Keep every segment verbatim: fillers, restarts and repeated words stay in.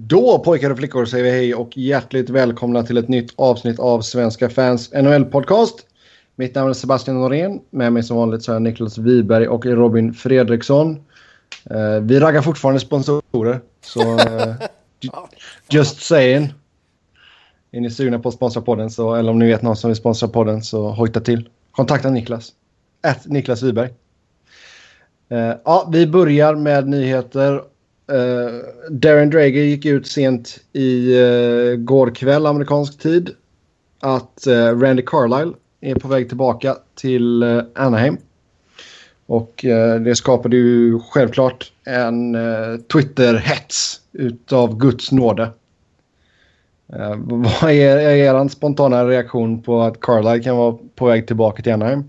Då pojkar och flickor säger vi hej och hjärtligt välkomna till ett nytt avsnitt av Svenska Fans N H L-podcast. Mitt namn är Sebastian Norén. Med mig som vanligt så är Niklas Wiberg och Robin Fredriksson. Uh, vi raggar fortfarande sponsorer. Så uh, just saying. Är ni sugna på att sponsra podden så, eller om ni vet någon som vill sponsra podden så hojta till. Kontakta Niklas. At Niklas Wiberg. Uh, ja, vi börjar med nyheter. Uh, Darren Dreger gick ut sent i uh, går kväll amerikansk tid att uh, Randy Carlyle är på väg tillbaka till uh, Anaheim. Och uh, det skapade ju självklart en uh, Twitter-hets utav Guds nåde. Uh, vad är, är er spontana reaktion på att Carlyle kan vara på väg tillbaka till Anaheim?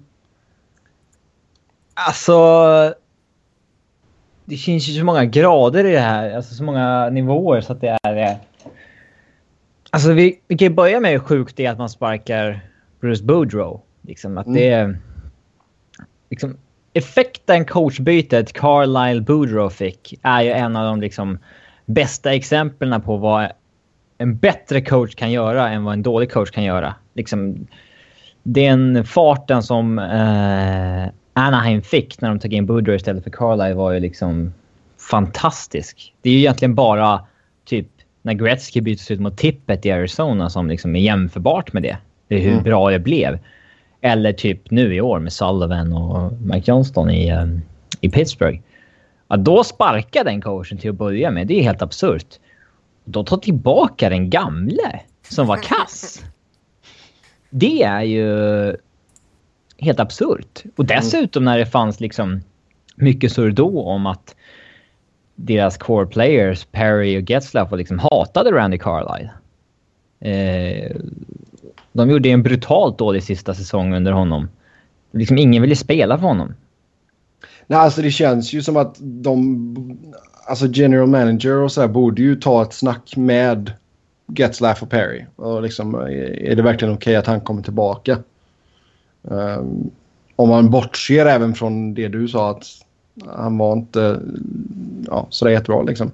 Alltså... Det finns ju så många grader i det här. Alltså så många nivåer så att det är... Alltså vi, vi kan börja med hur sjukt det är att man sparkar Bruce Boudreau. Liksom att mm. det är... Liksom, effekten coachbytet Carlyle Boudreau fick är ju en av de liksom, bästa exemplen på vad en bättre coach kan göra än vad en dålig coach kan göra. Liksom, den farten som... Eh, Anaheim fick när de tog in Boudreau istället för Carlyle var ju liksom fantastisk. Det är ju egentligen bara typ när Gretzky byttes ut mot Tippett i Arizona som liksom är jämförbart med det. Det är hur mm. bra det blev. Eller typ nu i år med Sullivan och Mike Johnston i, um, i Pittsburgh. Att då sparka den coachen till att börja med, det är helt absurt. Då tar tillbaka den gamle som var kass. Det är ju... helt absurt. Och dessutom när det fanns liksom mycket surr då om att deras core players, Perry och Getzlaf, liksom hatade Randy Carlyle. Eh, de gjorde en brutalt dålig sista säsong under honom. Liksom ingen ville spela för honom. Nej, alltså det känns ju som att de, alltså general manager och så här borde ju ta ett snack med Getzlaf och Perry. Och liksom, är det verkligen okej att han kommer tillbaka? Um, om man bortser även från det du sa att han var inte ja, så det är jättebra liksom.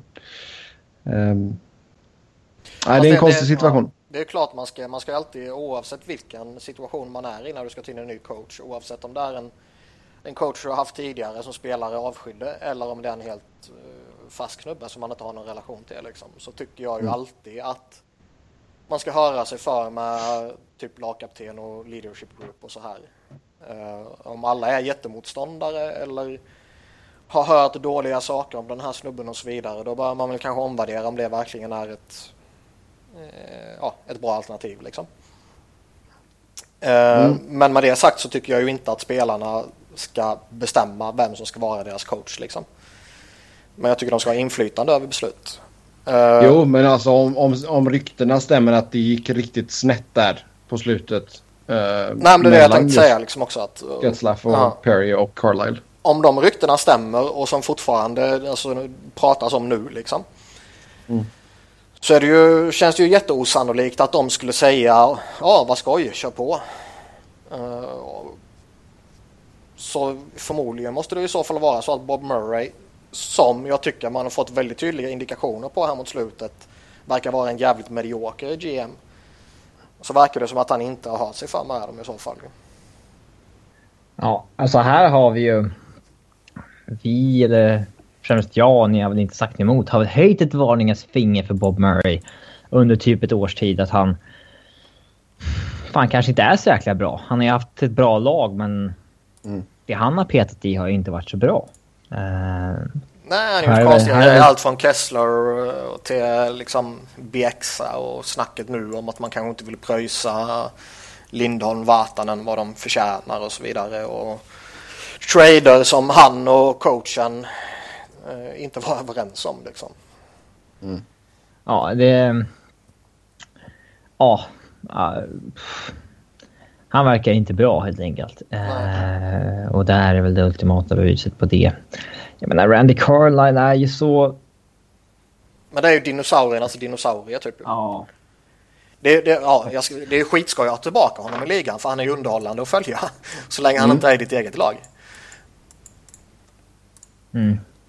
Um, nej, det är en konstig det, situation. Ja, det är klart man ska, man ska alltid, oavsett vilken situation man är i när du ska ta in en ny coach, oavsett om det är en, en coach du har haft tidigare som spelare avskydde eller om det är en helt uh, fast knubbe som man inte har någon relation till liksom, så tycker jag ju mm. alltid att man ska höra sig för med typ lagkapten och leadership group och så här. Uh, om alla är jättemotståndare eller har hört dåliga saker om den här snubben och så vidare, då bör man väl kanske omvärdera om det verkligen är ett, uh, ja, ett bra alternativ liksom. Uh, mm. Men med det sagt så tycker jag ju inte att spelarna ska bestämma vem som ska vara deras coach liksom. Men jag tycker de ska ha inflytande över beslut. Uh, jo, men alltså om, om, om ryktena stämmer att det gick riktigt snett där på slutet. Uh, nej, men det är det jag tänkte säga liksom också att... Uh, Getzlaf och uh, Perry och Carlyle. Om de ryktena stämmer och som fortfarande alltså, pratas om nu liksom. Mm. Så är det ju, känns det ju jätteosannolikt att de skulle säga ja, vad skoj, kör på. Uh, så förmodligen måste det i så fall vara så att Bob Murray, som jag tycker man har fått väldigt tydliga indikationer på här mot slutet, verkar vara en jävligt medioker G M. Så verkar det som att han inte har hört sig för med dem i så fall. Ja, alltså här har vi ju vi, eller främst jag, ni har väl inte sagt emot, har väl höjt ett varningens finger för Bob Murray under typ ett års tid att han fan kanske inte är så jäkla bra. Han har ju haft ett bra lag, men mm. det han har petat i har ju inte varit så bra. Uh, Nej, han är ju konstigt. Här... Allt från Kessler till liksom B X och snacket nu om att man kanske inte vill pröjsa Lindholm, Vatanen vad de förtjänar och så vidare. Och trader som han och coachen eh, inte var överens om liksom. Mm. Ja, det... Ja, ja, han verkar inte bra helt enkelt. Eh, och det här är väl det ultimata beviset på det. Jag menar, Randy Carlyle är ju så... Men det är ju dinosauriernas dinosaurier typ. Ja. Det, det, ja, jag, det är skitskoj att tillbaka honom i ligan, för han är ju underhållande att följa så länge han mm. inte är i ditt eget lag. Mm.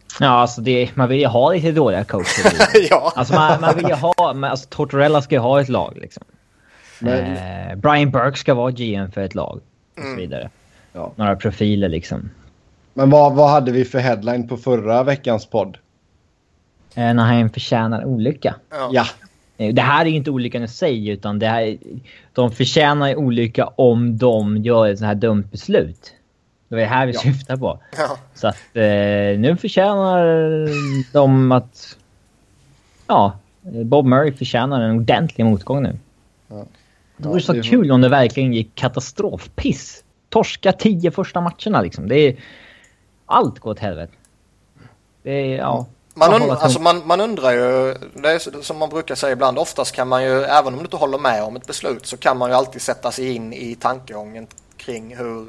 Ja, alltså det, man vill ju ha lite dåliga coacher. Ja. Alltså man, man vill ju ha... Man, alltså Tortorella ska ju ha ett lag liksom. Men... Eh, Brian Burke ska vara G M för ett lag. Och så vidare. Mm. Ja. Några profiler liksom. Men vad, vad hade vi för headline på förra veckans podd? Eh, när han förtjänar olycka. Ja. ja. Det här är ju inte olyckan i sig, utan det här, de förtjänar ju olycka om de gör ett så här dumt beslut. Det är det här vi ja. syftar på. Ja. Så att eh, nu förtjänar de att... Ja, Bob Murray förtjänar en ordentlig motgång nu. Ja. Det vore så det kul var... om det verkligen gick katastrofpiss. Torska tio första matcherna liksom. Det är... Allt går åt helvete. Det är, ja... Man, und- alltså man, man undrar ju, det är som man brukar säga ibland, oftast kan man ju, även om du inte håller med om ett beslut, så kan man ju alltid sätta sig in i tankegången kring hur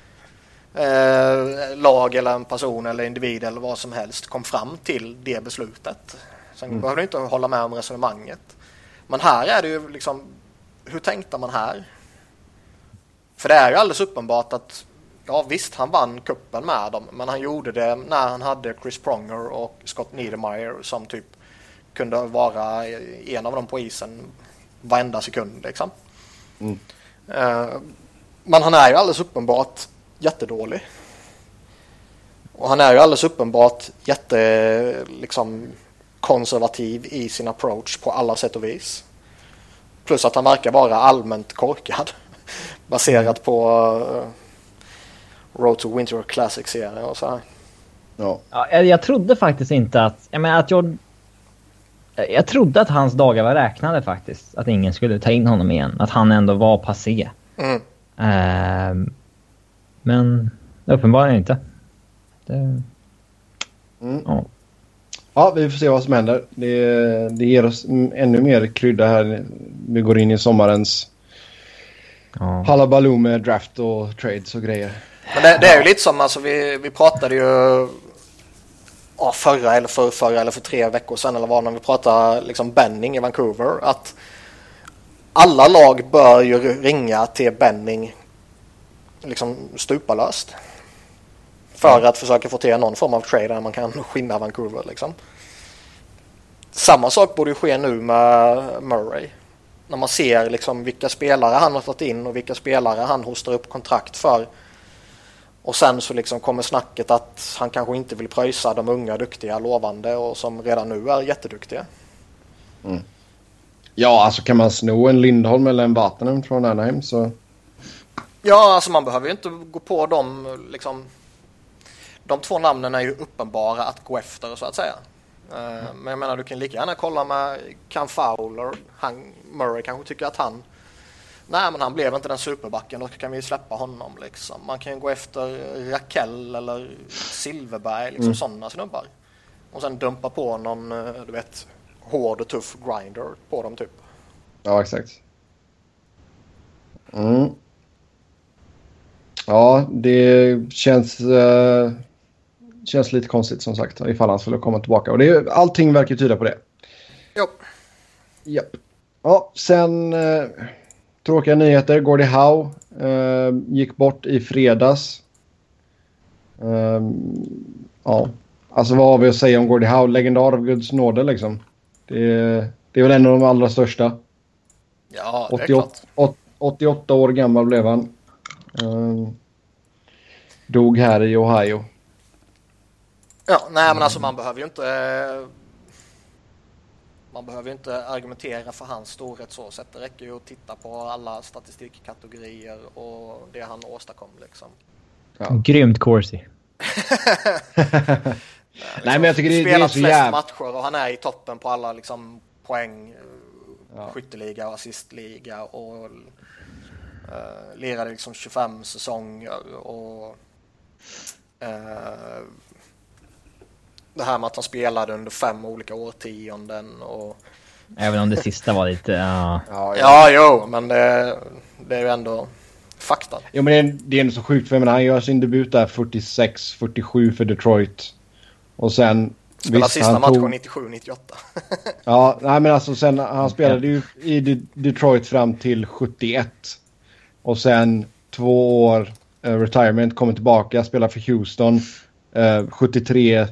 eh, lag eller en person eller individ eller vad som helst kom fram till det beslutet. Sen mm. behöver du inte hålla med om resonemanget. Men här är det ju liksom, hur tänkte man här? För det är ju alldeles uppenbart att ja visst, han vann kuppen med dem, men han gjorde det när han hade Chris Pronger och Scott Niedermayer som typ kunde vara en av dem på isen varenda sekund liksom. Mm. Uh, men han är ju alldeles uppenbart jättedålig. Och han är ju alldeles uppenbart jätte liksom konservativ i sin approach på alla sätt och vis. Plus att han verkar vara allmänt korkad baserat på uh, Road to Winter Classic-serie och så här. Ja. Ja, jag, jag trodde faktiskt inte att... Jag menar att jag... Jag trodde att hans dagar var räknade faktiskt. Att ingen skulle ta in honom igen. Att han ändå var passé. Mm. Uh, men uppenbarligen inte. Det... Mm. Ja. Ja, vi får se vad som händer. Det, det ger oss ännu mer krydda här. Vi går in i sommarens ja. Hallabaloo med draft och trades och grejer. Men det, det är ju lite som, alltså vi, vi pratade ju ja, förra eller för förra eller för tre veckor sedan eller vad när vi pratade liksom Benning i Vancouver, att alla lag bör ju ringa till Benning liksom stupalöst för att försöka få till någon form av trade där man kan skinna Vancouver liksom. Samma sak borde ju ske nu med Murray. När man ser liksom vilka spelare han har tagit in och vilka spelare han hostar upp kontrakt för. Och sen så liksom kommer snacket att han kanske inte vill pröjsa de unga, duktiga, lovande och som redan nu är jätteduktiga. Mm. Ja, alltså kan man sno en Lindholm eller en Vatanen från Anaheim så... Ja, alltså man behöver ju inte gå på dem liksom... De två namnen är ju uppenbara att gå efter så att säga. Mm. Uh, men jag menar, du kan lika gärna kolla med Cam Fowler. Han, Murray kanske tycker att han... Nej, men han blev inte den superbacken. Då kan vi släppa honom liksom. Man kan gå efter Rakell eller Silverberg, liksom mm. sådana snubbar. Och sen dumpa på någon, du vet, hård och tuff grinder på dem typ. Ja, exakt. Mm. Ja, det känns uh, känns lite konstigt som sagt ifall han skulle komma tillbaka. Och det, allting verkar tyda på det. Jo. Japp. Ja, sen... Uh, tråkiga nyheter. Gordie Howe uh, gick bort i fredags. Uh, ja. Alltså vad har vi att säga om Gordie Howe? Legendar av Guds nåde liksom. Det, det är väl en av de allra största. Ja, det är klart. åttioåtta år gammal blev han. Uh, dog här i Ohio. Ja, nej men alltså man behöver ju inte... Uh... Man behöver inte argumentera för hans storhet så sätt. Det räcker ju att titta på alla statistikkategorier och det han åstadkom liksom. Ja. Grymt Corsi. liksom, Nej men jag tycker det, det är så flest jävla... matcher och han är i toppen på alla liksom poäng, ja. Skytteliga och assistliga och uh, lirade liksom tjugofem säsonger och uh, det här med att han spelade under fem olika årtionden och... Även om det sista var lite... Ja, ja, ja jo, men det, det är ju ändå fakta. Jo, men det är, det är ändå så sjukt för men han gör sin debut där fyrtiosex fyrtiosju för Detroit. Och sen... Spelade sista matchen tog... nittiosju nittioåtta. Ja, nej men alltså sen han spelade ju i De- Detroit fram till sjuttioett. Och sen två år uh, retirement, kommer tillbaka, spelar för Houston uh, sjuttiotre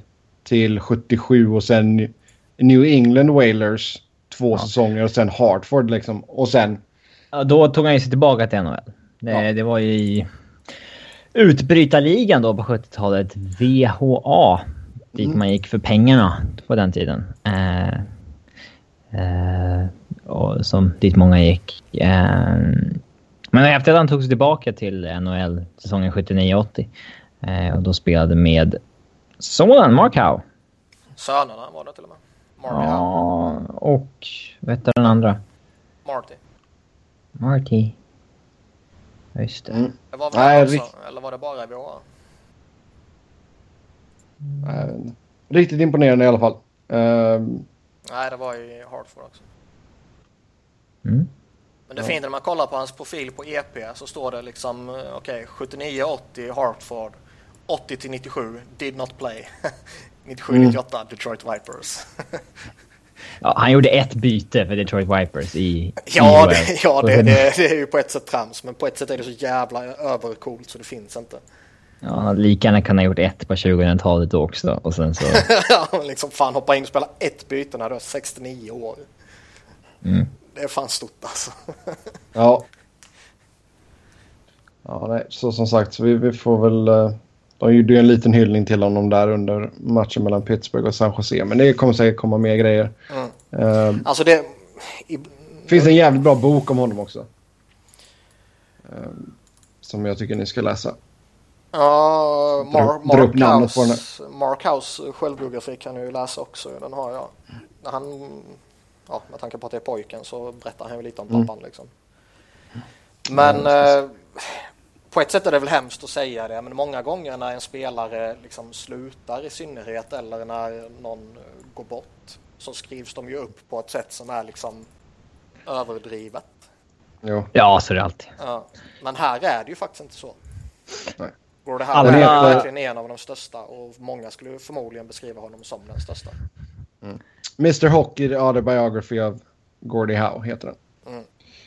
till sjuttiosju och sen New England Whalers två ja. säsonger och sen Hartford liksom. Och sen... Ja, då tog han ju sig tillbaka till N H L. Det, ja. det var ju i utbrytarligan då på sjuttiotalet. V H A. Dit mm. man gick för pengarna på den tiden. Eh, eh, och som dit många gick. Eh, men efter att han tog sig tillbaka till N H L säsongen sjuttionio åttio. Eh, och då spelade med sonen Mark Howe. Sönerna var det till och med. Mark ja, Howe. Och vad heter den andra? Marty. Marty. Just det. Mm. Det var väl Nej, också, rikt... eller var det bara V H A? Mm. Riktigt imponerande i alla fall. Uh... Nej, det var i Hartford också. Mm. Men det är fint när man kollar på hans profil på E P så står det liksom okej, okay, sjuttionio åttio Hartford, åttio till nittiosju did not play. nittiosju nittioåtta mm. Detroit Vipers. Ja, han gjorde ett byte för Detroit Vipers i Ja, i det, ja det, det, det är ju på ett sätt trams, men på ett sätt är det så jävla övercoolt så det finns inte. Ja, han hade lika gärna kunnat ha gjort ett på tjugohundratalet också och sen så ja, liksom fan hoppa in och spela ett byte när du är sextionio år. Mm. Det är fan stort alltså. Ja. Ja, nej, så som sagt, vi, vi får väl... Uh, de gjorde ju en liten hyllning till honom där under matchen mellan Pittsburgh och San Jose. Men det kommer säkert komma mer grejer. Mm. Uh, alltså det... I, finns en jävligt bra bok om honom också. Uh, som jag tycker ni ska läsa. Ja, uh, Mar- Mark, House, Mark House självbiografi kan du ju läsa också. Den har jag. Han... Ja, med tanke på att det är pojken så berättar han ju lite om pappan mm. liksom. Men eh, på ett sätt är det väl hemskt att säga det, men många gånger när en spelare liksom slutar i synnerhet eller när någon går bort så skrivs de ju upp på ett sätt som är liksom överdrivet. Jo. Ja, så är det alltid. Ja. Men här är det ju faktiskt inte så. Nej. Och det här Alla... är verkligen en av de största och många skulle förmodligen beskriva honom som den största. Mm. mister Hockey, The Autobiography of Gordie Howe heter den. Mm.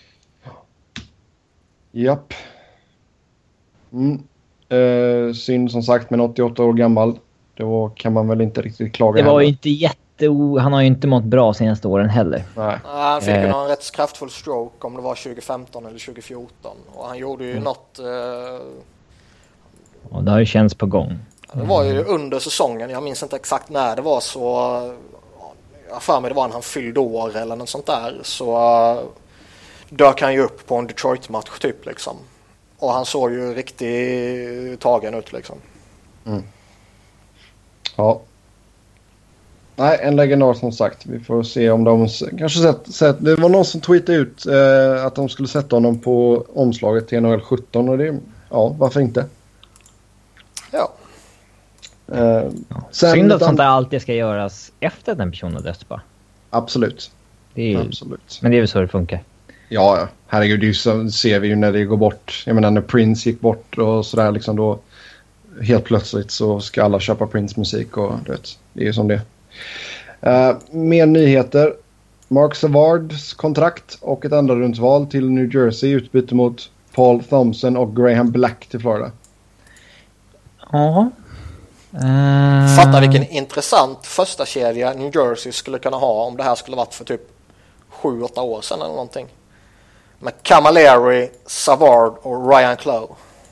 Japp. Mm. Uh, synd som sagt, men åttioåtta år gammal. Då kan man väl inte riktigt klaga. Det var heller. ju inte jätte... Han har ju inte mått bra senaste åren heller. Nej. Han fick eh. en rätt kraftfull stroke om det var tjugo femton eller tjugo fjorton. Och han gjorde ju mm. något... Uh... Och det har ju känts på gång. Det var ju under säsongen. Jag minns inte exakt när det var så... Jag för mig det var när han fyllde år eller något sånt där. Så uh, dök han ju upp på en Detroit-match typ liksom. Och han såg ju riktigt tagen ut liksom. Mm. Ja. Nej, en legendar som sagt. Vi får se om de kanske sett, sett det var någon som tweetade ut eh, att de skulle sätta honom på omslaget till N H L sjutton och det, ja, varför inte? Ja. Eh, sen synd att sånt där alltid ska göras efter att den personen har dött bara. Absolut. Det är ju, Absolut. Men det är väl så det funkar. Ja, ja. Herregud, det så ser vi ju när det går bort. Jag menar när Prince gick bort och sådär liksom då helt plötsligt så ska alla köpa Prince musik och du vet, det är ju som det. Uh, mer nyheter. Mark Savards kontrakt och ett andra rundsval till New Jersey utbyte mot Paul Thompson och Graham Black till Florida. Ja. Uh... Fatta vilken intressant första kedja New Jersey skulle kunna ha om det här skulle varit för typ sju åtta år sedan eller någonting. Med Camilleri, Savard och Ryan Clough.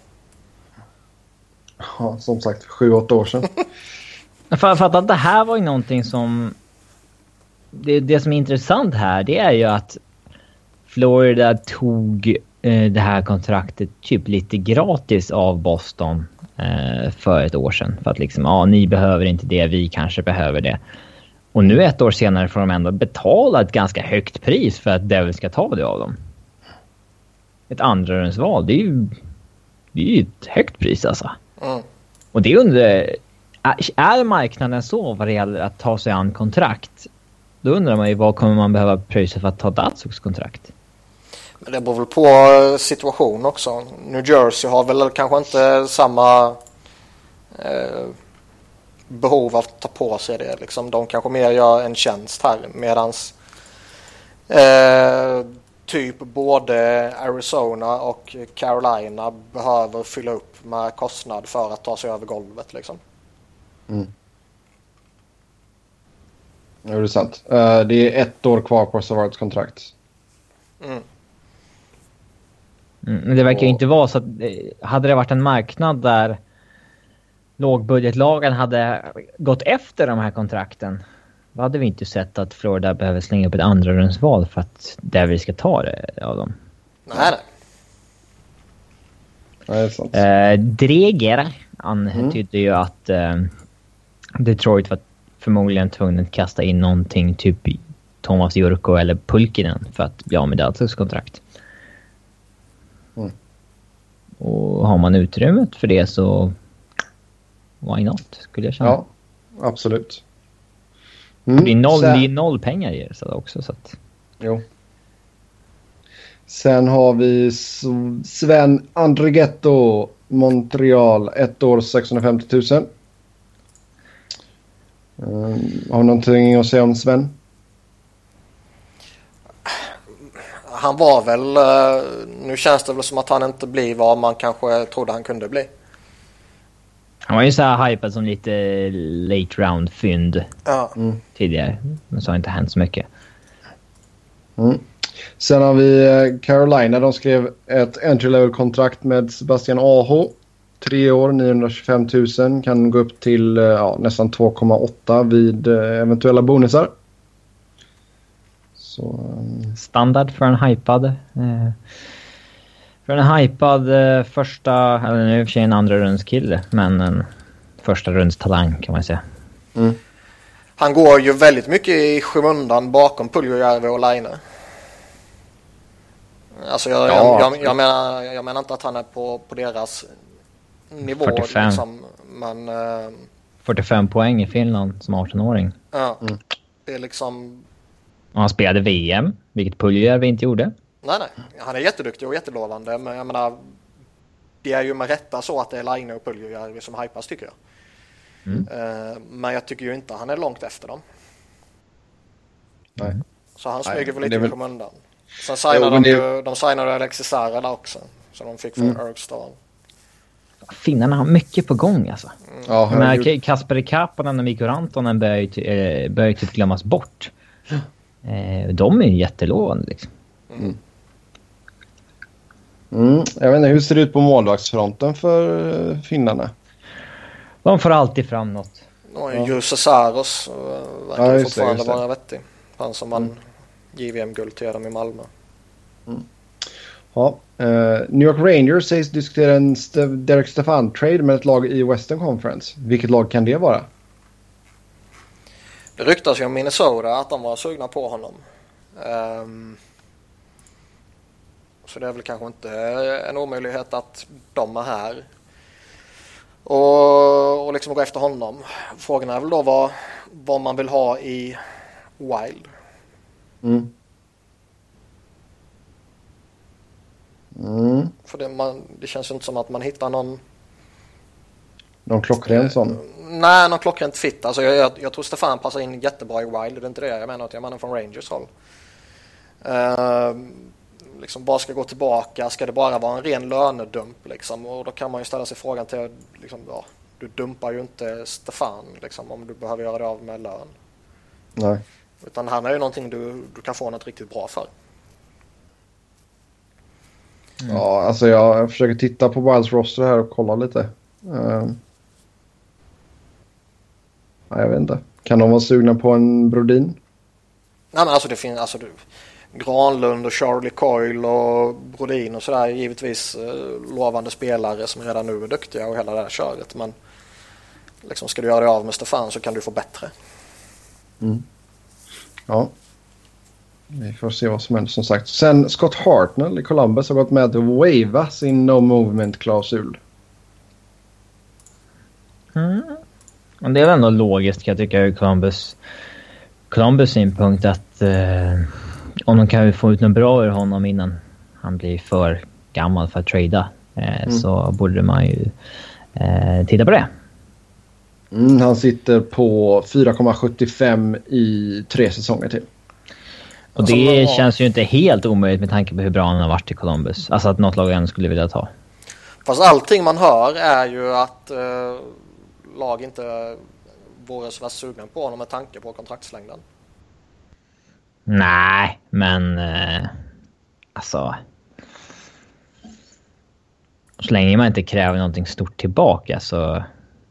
Ja, som sagt, sju åtta år sedan. För, för att det här var ju någonting som... Det, det som är intressant här, det är ju att Florida tog eh, det här kontraktet typ lite gratis av Boston eh, för ett år sedan. För att liksom, ja, ni behöver inte det, vi kanske behöver det. Och nu ett år senare får de ändå betala ett ganska högt pris för att Devils ska ta det av dem. Ett andra rundsval, det är ju, det är ju ett högt pris alltså. Mm. Och det undrar, är marknaden så vad det gäller att ta sig an kontrakt? Då undrar man ju vad kommer man behöva pröjsa för att ta Datsuks kontrakt? Men det beror väl på situation också. New Jersey har väl kanske inte samma eh, behov av att ta på sig det. Liksom, de kanske mer gör en tjänst här medans eh, typ både Arizona och Carolina behöver fylla upp med kostnad för att ta sig över golvet liksom. Mm. Ja, det är sant. Uh, det är ett år kvar på Savards kontrakt. Mm. Mm, men det verkar ju inte vara så att hade det varit en marknad där lågbudgetlagen hade gått efter de här kontrakten, då hade vi inte sett att Florida behöver slänga upp ett andra rundsval för att där vi ska ta det av dem. Nej, nej. Ja, det är sant. Eh, Dreger antydde mm. ju att eh, Detroit var förmodligen tvungen att kasta in någonting typ Thomas Jurko eller Pulkinen för att bli av med Dallas kontrakt. Mm. Och har man utrymmet för det så why not, skulle jag känna. Ja, absolut. Mm. Det, är noll, Sen... det är noll pengar i det också. Så att... Jo. Sen har vi Sven Andrighetto, Montreal, ett år sexhundrafemtio tusen. Um, har du någonting att säga om Sven? Han var väl, nu känns det väl som att han inte blir vad man kanske trodde han kunde bli. Han var ju så här hypad som lite late round fynd ja. mm. tidigare. Men så har inte hänt så mycket. Mm. Sen har vi Carolina. De skrev ett entry-level-kontrakt med Sebastian Aho. Tre år, niohundratjugofem tusen. Kan gå upp till ja, nästan två komma åtta vid eventuella bonusar. Så, um... standard för en hypad. Eh, för en hypad eh, första, eller nu i och för sig en andra rundskille, men en första runds talang kan man säga. Mm. Han går ju väldigt mycket i skymundan bakom Puljujärvi och Laine. Alltså jag, ja, jag, jag, jag, menar, jag menar inte att han är på, på deras nivå. fyrtiofem Liksom, men, eh, fyrtiofem poäng i Finland som arton-åring. Ja, mm. Det är liksom... Och han spelade V M, vilket Puljujärvi inte gjorde. Nej, nej. Han är jätteduktig och jättelovande. Men jag menar, det är ju med rätta så att det är Laine och Puljujärvi som hypas, tycker jag. Mm. Uh, men jag tycker ju inte han är långt efter dem. Nej. Så han smyger väl lite i skymundan. Sen jo, signade de det... ju, de signade Alexis Sara där också. Så de fick från mm. Erkstal. Finnarna har mycket på gång alltså. Mm. Ja, men Kasperi Kapanen och Mikko Rantanen börjar ju ty- börjar typ glömmas bort. Eh, de är ju jättelovande liksom. Mm. Mm. Jag vet inte, hur ser det ut på målvaktsfronten för finnarna? De får alltid fram något. Och ja. Jussi Saros verkar ja, fortfarande vara vettig. Han som vann mm. J V M-guld till dem i Malmö. Mm. Ja, uh, New York Rangers sägs diskutera en St- Derek Stefan-trade med ett lag i Western Conference. Vilket lag kan det vara? Det ryktas ju om Minnesota att de var sugna på honom. Um, så det är väl kanske inte en omöjlighet att de är här. Och, och liksom gå efter honom. Frågan är väl då vad, vad man vill ha i Wild. Mm. Mm. För det, man, det känns ju inte som att man hittar någon... Någon klockren sån? Eh, nej, någon klockrent fit. Alltså jag, jag, jag tror Stefan passar in jättebra i Wild. Det är inte det jag menar. Att jag menar från Rangers håll. Uh, liksom bara ska gå tillbaka. Ska det bara vara en ren lönedump liksom? Och då kan man ju ställa sig frågan till liksom, ja, du dumpar ju inte Stefan liksom, om du behöver göra det av med lön. Nej. Utan han är ju någonting du, du kan få något riktigt bra för. Mm. Ja, alltså jag försöker titta på Wilds roster här och kolla lite. Uh, ja, jag vet inte. Kan de vara sugna på en Brodin? Nej, men alltså det finns alltså du, Granlund och Charlie Coyle och Brodin och sådär, givetvis eh, lovande spelare som redan nu är duktiga och hela det här köret, men liksom ska du göra det av med Stefan så kan du få bättre. Mm. Ja. Vi får se vad som händer som sagt. Sen Scott Hartnell i Columbus har gått med att waiva sin no movement-klausul. Mm. Det är väl ändå logiskt kan jag tycka ur Columbus, Columbus synpunkt att eh, om de kan få ut något bra ur honom innan han blir för gammal för att trada eh, mm. så borde man ju eh, titta på det. Mm, han sitter på fyra komma sjuttiofem i tre säsonger till. Och det känns ju inte helt omöjligt med tanke på hur bra han har varit i Columbus. Alltså att något lag än skulle vilja ta. Fast allting man hör är ju att eh, lag inte vore så sugna på honom med tanke på kontraktslängden. Nej, men eh, alltså så länge man inte kräver någonting stort tillbaka så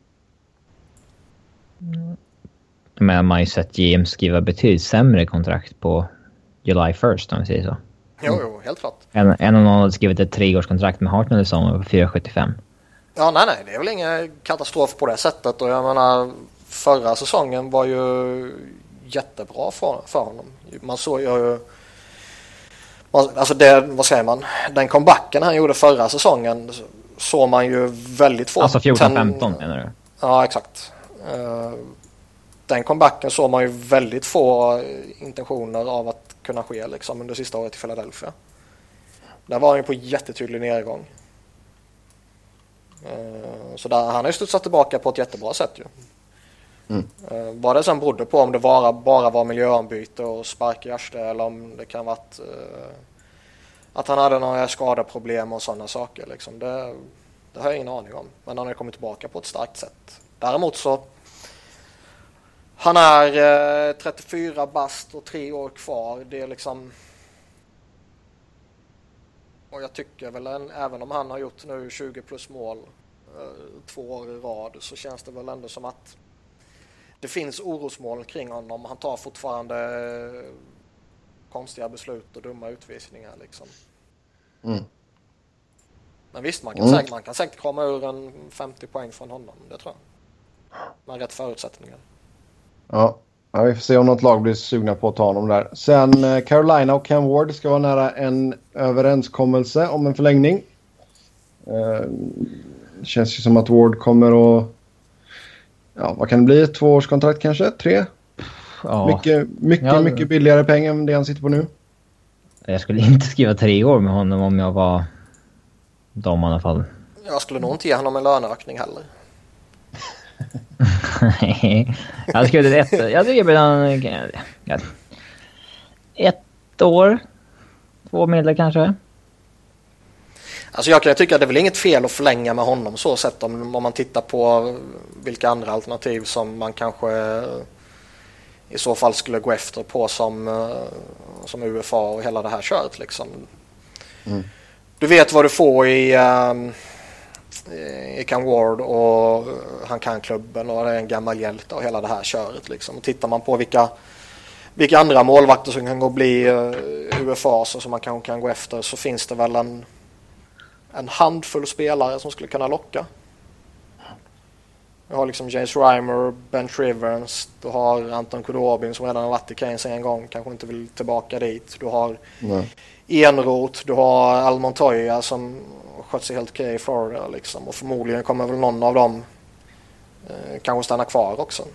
men man har ju sett G M skriva betydligt sämre kontrakt på July första om vi säger så. Jo, jo, helt klart. En, en av någon hade skrivit ett treårskontrakt med Hartnell i sommar på fyra sjuttiofem. Ja, nej, nej, det är väl ingen katastrof på det sättet. Och jag menar, förra säsongen var ju jättebra för, för honom. Man såg ju... Alltså det, vad säger man? Den comebacken han gjorde förra säsongen såg man ju väldigt få... Alltså fjorton femton menar du? Ja, exakt. Den comebacken såg man ju väldigt få intentioner av att kunna ske liksom under sista året i Philadelphia. Där var han ju på jättetydlig nedgång. Så där, han har ju studsat tillbaka på ett jättebra sätt ju. Mm. Vad det sen berodde på, om det bara, bara var miljöombyte och spark i arslet eller om det kan vara att, att han hade några skadeproblem och sådana saker liksom. Det, det har jag ingen aning om. Men han har kommit tillbaka på ett starkt sätt. Däremot så han är eh, trettiofyra bast och tre år kvar. Det är liksom... Och jag tycker väl, en, även om han har gjort nu tjugo plus mål eh, två år i rad, så känns det väl ändå som att det finns orosmål kring honom. Han tar fortfarande eh, konstiga beslut och dumma utvisningar liksom. Mm. Men visst, man kan, mm. säkert, man kan säkert komma ur en femtio poäng från honom, det tror jag. Med rätt förutsättningar. Ja, ja, vi får se om något lag blir sugna på att ta honom där. Sen eh, Carolina och Cam Ward ska vara nära en överenskommelse om en förlängning. Eh, känns ju som att Ward kommer att... Ja, vad kan det bli? Två års kontrakt kanske? Tre? Ja. Mycket, mycket, ja, mycket billigare pengar än det han sitter på nu. Jag skulle inte skriva tre år med honom om jag var dem i alla fall. Jag skulle nog inte ge honom en löneökning heller. Nej, jag skulle det ett. Jag tycker redan ja, ett år, två medel kanske. Alltså jag kan tycka att det är väl inget fel att förlänga med honom så sett om, om man tittar på vilka andra alternativ som man kanske i så fall skulle gå efter på som, som U F A och hela det här köret liksom. Mm. Du vet vad du får i um, i Cam Ward och han kan klubben och det är en gammal hjälte och hela det här köret liksom. Och tittar man på vilka vilka andra målvakter som kan gå och bli uh, U F A så som man kan, kan gå efter, så finns det väl en en handfull spelare som skulle kunna locka. Du har liksom James Reimer, Ben Trivers, du har Anton Khudobin som redan har varit i Keynes en gång, kanske inte vill tillbaka dit. Du har Nej. Enroth, du har Al Montoya som skött sig helt okej i Florida liksom. Och förmodligen kommer väl någon av dem eh, kanske stanna kvar också.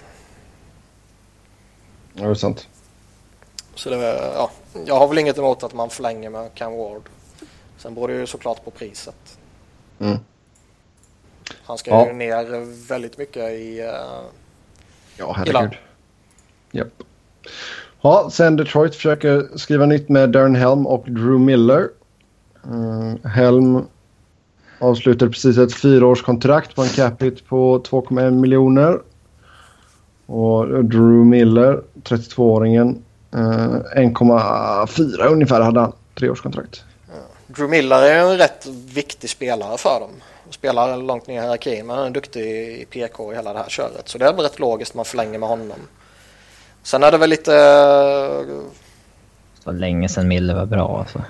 Ja, det är sant. Så det, ja, jag har väl inget emot att man förlänger med Cam Ward. Sen beror det ju såklart på priset. Mm. Han ska ja. ju ner väldigt mycket i... Uh, ja, herregud. Japp. Ja, sen Detroit försöker skriva nytt med Darren Helm och Drew Miller. Mm, Helm avslutade precis ett fyraårskontrakt på en cap hit på två komma en miljoner. Och Drew Miller, trettiotvååringen, uh, en komma fyra ungefär hade han, treårskontrakt. Drew Miller är en rätt viktig spelare för dem. Spelar långt ner i hierarkin, men han är duktig i P K i hela det här köret. Så det är väl rätt logiskt att man förlänger med honom. Sen är det väl lite... Det var länge sedan Miller var bra alltså.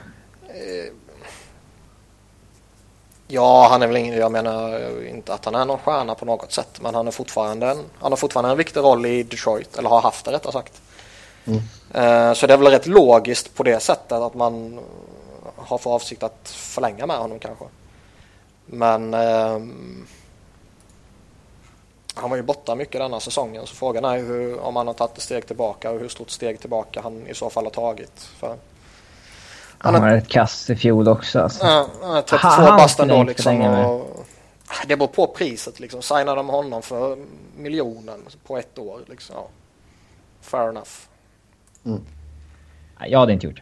Ja, han är väl ingen... Jag menar inte att han är någon stjärna på något sätt. Men han, är fortfarande en, han har fortfarande en viktig roll i Detroit. Eller har haft det rättare sagt. Mm. Så det är väl rätt logiskt på det sättet att man... har för avsikt att förlänga med honom kanske. Men eh, han var ju borta mycket denna säsongen, så frågan är hur, om han har tagit ett steg tillbaka och hur stort steg tillbaka han i så fall har tagit. För han har ett kast i fjol också. Alltså. Ja, trettiotvå bast ändå liksom. Och, det beror på priset liksom. Signar de honom för miljonen på ett år liksom. Ja. Fair enough. Mm. Jag hade inte gjort.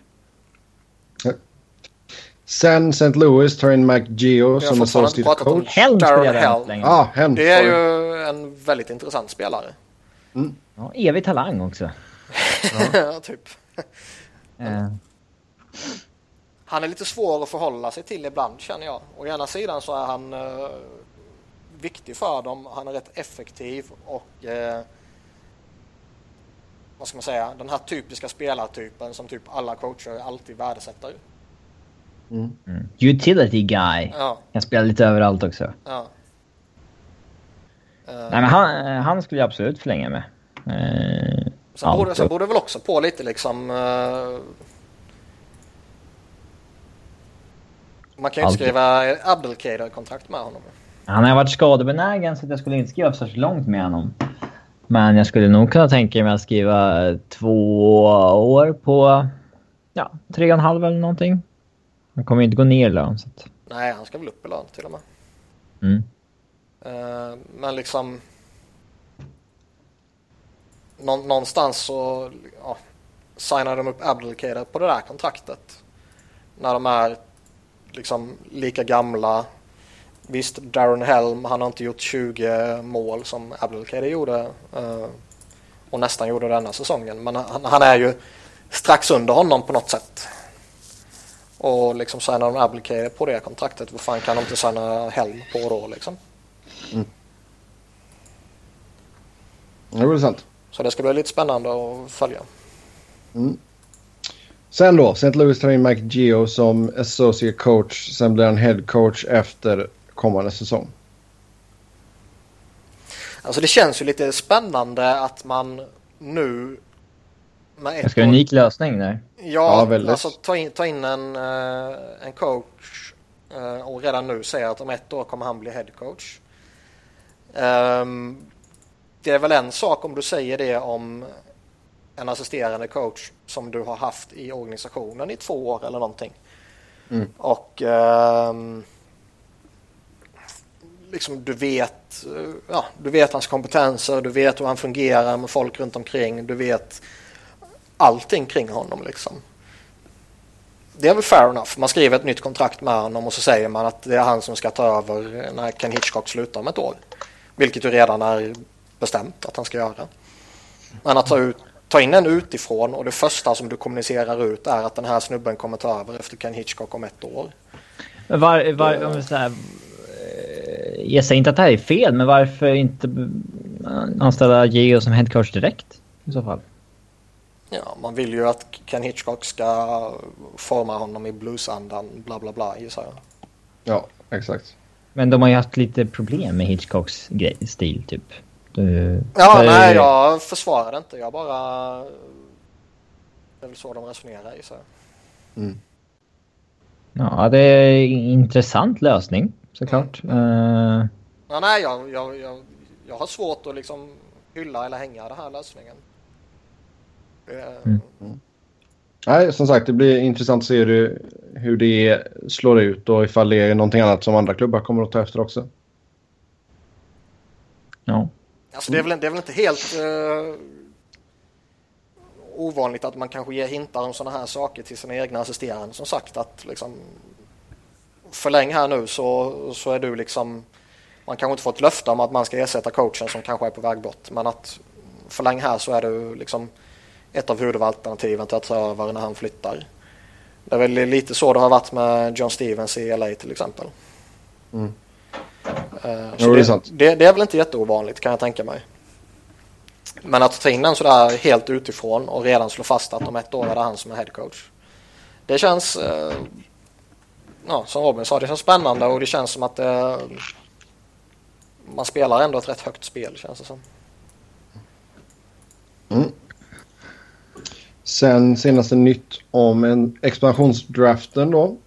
Sen Saint Louis tar in McGeo som associate coach. Helm Darren Helm. Ah, Helm. Det är ju en väldigt intressant spelare. Mm. Ja, evig talang också. Ja, typ. uh. Han är lite svår att förhålla sig till ibland, känner jag. Å ena sidan så är han uh, viktig för dem. Han är rätt effektiv och uh, vad ska man säga, den här typiska spelartypen som typ alla coacher alltid värdesätter. Mm. Mm. Utility guy. Ja. Kan spela lite överallt också. Ja. Uh, Nej, men han, han skulle jag absolut förlänga med. Uh, sen, borde, sen borde väl också på lite liksom... Uh, man kan ju inte skriva Abdelkader-kontrakt med honom. Han har varit skadebenägen så att jag skulle inte skriva så långt med honom. Men jag skulle nog kunna tänka mig att skriva två år på ja, tre och en halv eller någonting. Han kommer inte gå ner lön. Så att... Nej, han ska väl upp i lön till och med. Mm. Uh, men liksom Nå- någonstans så ja, signar de upp Abdelkader på det där kontraktet. När de är liksom lika gamla. Visst, Darren Helm, han har inte gjort tjugo mål som Abdelkader gjorde uh, och nästan gjorde denna säsongen. Men han, han är ju strax under honom på något sätt. Och liksom signar de Abdelkader på det kontraktet, vad fan kan de inte signa Helm på då liksom? Mm. Det var sant. Så det ska bli lite spännande att följa. Mm. Sen då, Saint Louis tar in Mike Geo som associate coach. Sen blir han head coach efter kommande säsong. Alltså det känns ju lite spännande att man nu... Med ett ska en unik lösning där. Ja, ja alltså ta in, ta in en, uh, en coach uh, och redan nu säga att om ett år kommer han bli head coach. Um, det är väl en sak om du säger det om en assisterande coach som du har haft i organisationen i två år eller någonting. Mm. Och um, liksom du vet ja, du vet hans kompetenser, du vet hur han fungerar med folk runt omkring, du vet allting kring honom liksom. Det är väl fair enough. Man skriver ett nytt kontrakt med honom och så säger man att det är han som ska ta över när Ken Hitchcock slutar om ett år. Vilket ju redan är bestämt att han ska göra. Men att ta, ut, ta in en utifrån och det första som du kommunicerar ut är att den här snubben kommer ta över efter Ken Hitchcock om ett år. Var, var, om så här, jag säger inte att det här är fel, men varför inte anställa Geo som head coach direkt i så fall? Ja, man vill ju att Ken Hitchcock ska forma honom i bluesandan, bla bla bla, gissar jag. Ja, exakt. Men de har ju haft lite problem med Hitchcocks grej, stil, typ. Du, ja, för... nej, jag försvarar det inte. Jag bara... Det är väl så de resonerar, gissar jag. Mm. Ja, det är en intressant lösning, såklart. Mm. Uh... Ja, nej, jag, jag, jag, jag har svårt att liksom hylla eller hänga den här lösningen. Mm. Mm. Nej, som sagt, det blir intressant att se hur, hur det slår ut och ifall det är någonting annat som andra klubbar kommer att ta efter också. Ja. Alltså det är väl, det är väl inte helt uh, ovanligt att man kanske ger hintar om sådana här saker till sina egna assisterande. Som sagt, att liksom förläng här nu så, så är du liksom, man kanske inte fått löfte om att man ska ersätta coachen som kanske är på väg bort, men att förläng här så är du liksom ett av huvudalternativen till att ta över när han flyttar. Det är väl lite så det har varit med John Stevens i L A till exempel. Mm. Uh, så det, det, det, det är väl inte jätteovanligt, kan jag tänka mig. Men att ta in en sådär helt utifrån och redan slå fast att om ett år är det han som är head coach. Det känns, uh, ja, som Robin sa, det känns spännande och det känns som att uh, man spelar ändå ett rätt högt spel, känns det som. Mm. Sen senaste nytt om en expansionsdraften då.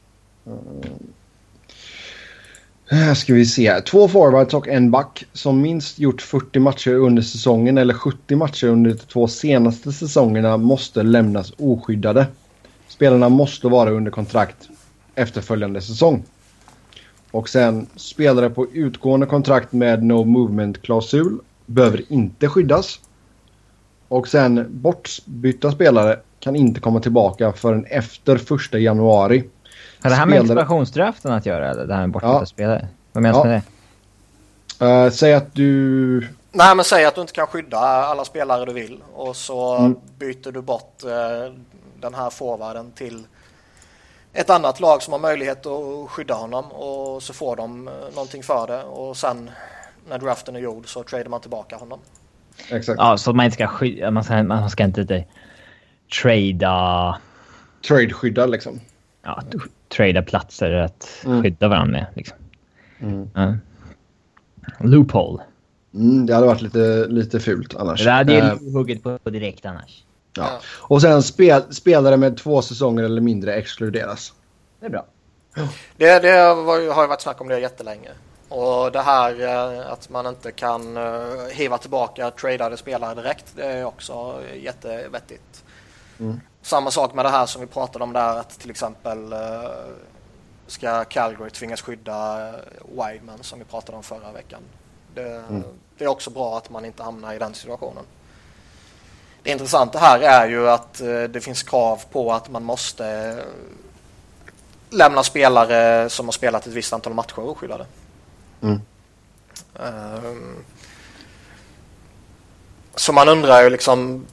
Här ska vi se. Två forwards och en back som minst gjort fyrtio matcher under säsongen eller sjuttio matcher under de två senaste säsongerna måste lämnas oskyddade. Spelarna måste vara under kontrakt efterföljande säsong. Och sen spelare på utgående kontrakt med no movement-klausul behöver inte skyddas. Och sen bortbytta spelare kan inte komma tillbaka förrän efter första januari. Har det här med spelare... expansionsdraften att göra? Eller det här med bortbytta ja. spelare? Vad menas ja. med det? Uh, säg att du Nej, men säg att du inte kan skydda alla spelare du vill och så mm. byter du bort eh, den här forwarden till ett annat lag som har möjlighet att skydda honom och så får de någonting för det och sen när draften är gjord så tradar man tillbaka honom. Exakt. Ja, så man inte ska skydda, man ska, man ska inte det, trada trade-skydda liksom. Ja, trada platser att mm. skydda varandra med liksom. Mm. Ja. Loophole. Mm, det hade varit lite, lite fult annars. Det hade ju uh, hugget på direkt annars. Ja. Ja. Och sen spel, spelare med två säsonger eller mindre exkluderas. Det är bra. Det, det var, har ju varit snack om det jättelänge. Och det här att man inte kan uh, hiva tillbaka tradade spelare direkt, det är också jättevettigt. Mm. Samma sak med det här som vi pratade om där, att till exempel uh, ska Calgary tvingas skydda Wideman som vi pratade om förra veckan. Det, mm. det är också bra att man inte hamnar i den situationen. Det intressanta här är ju att uh, det finns krav på att man måste uh, lämna spelare som har spelat ett visst antal matcher oskyddade. Mm. Um, så man undrar ju liksom,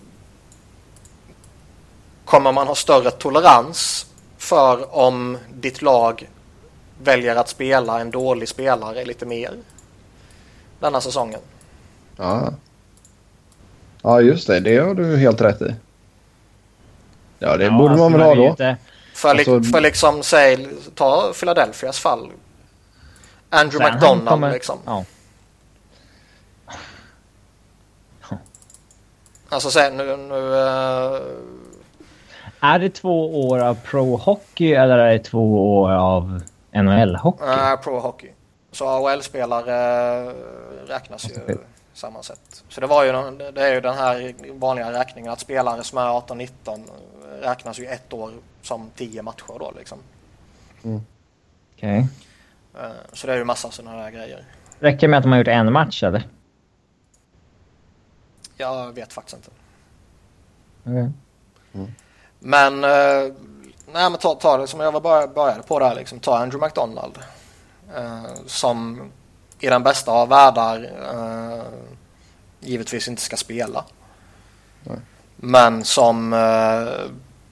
kommer man ha större tolerans för om ditt lag väljer att spela en dålig spelare lite mer denna säsongen? Ja. Ja, just det. Det har du helt rätt i. Ja, det ja, borde man väl ha då. Inte. För, alltså, för liksom, säg, ta Philadelphias fall. Andrew McDonald kommer, liksom. Ja. Alltså säg nu... nu uh... Är det två år av pro-hockey eller är det två år av N H L-hockey? Uh, pro-hockey. Så A H L-spelare räknas alltså, ju samma sätt. Så det, var ju, det är ju den här vanliga räkningen att spelare som är arton nitton räknas ju ett år som tio matcher då liksom. Mm. Okej. Okay. Så det är ju massa sådana här grejer. Räcker med att de har gjort en match eller? Jag vet faktiskt inte. Okej. Okay. Mm. Men eh, nej men ta, ta det som jag var bara började på där liksom, ta Andrew McDonald eh, som i den bästa av världar eh, givetvis inte ska spela. Nej. Men som eh,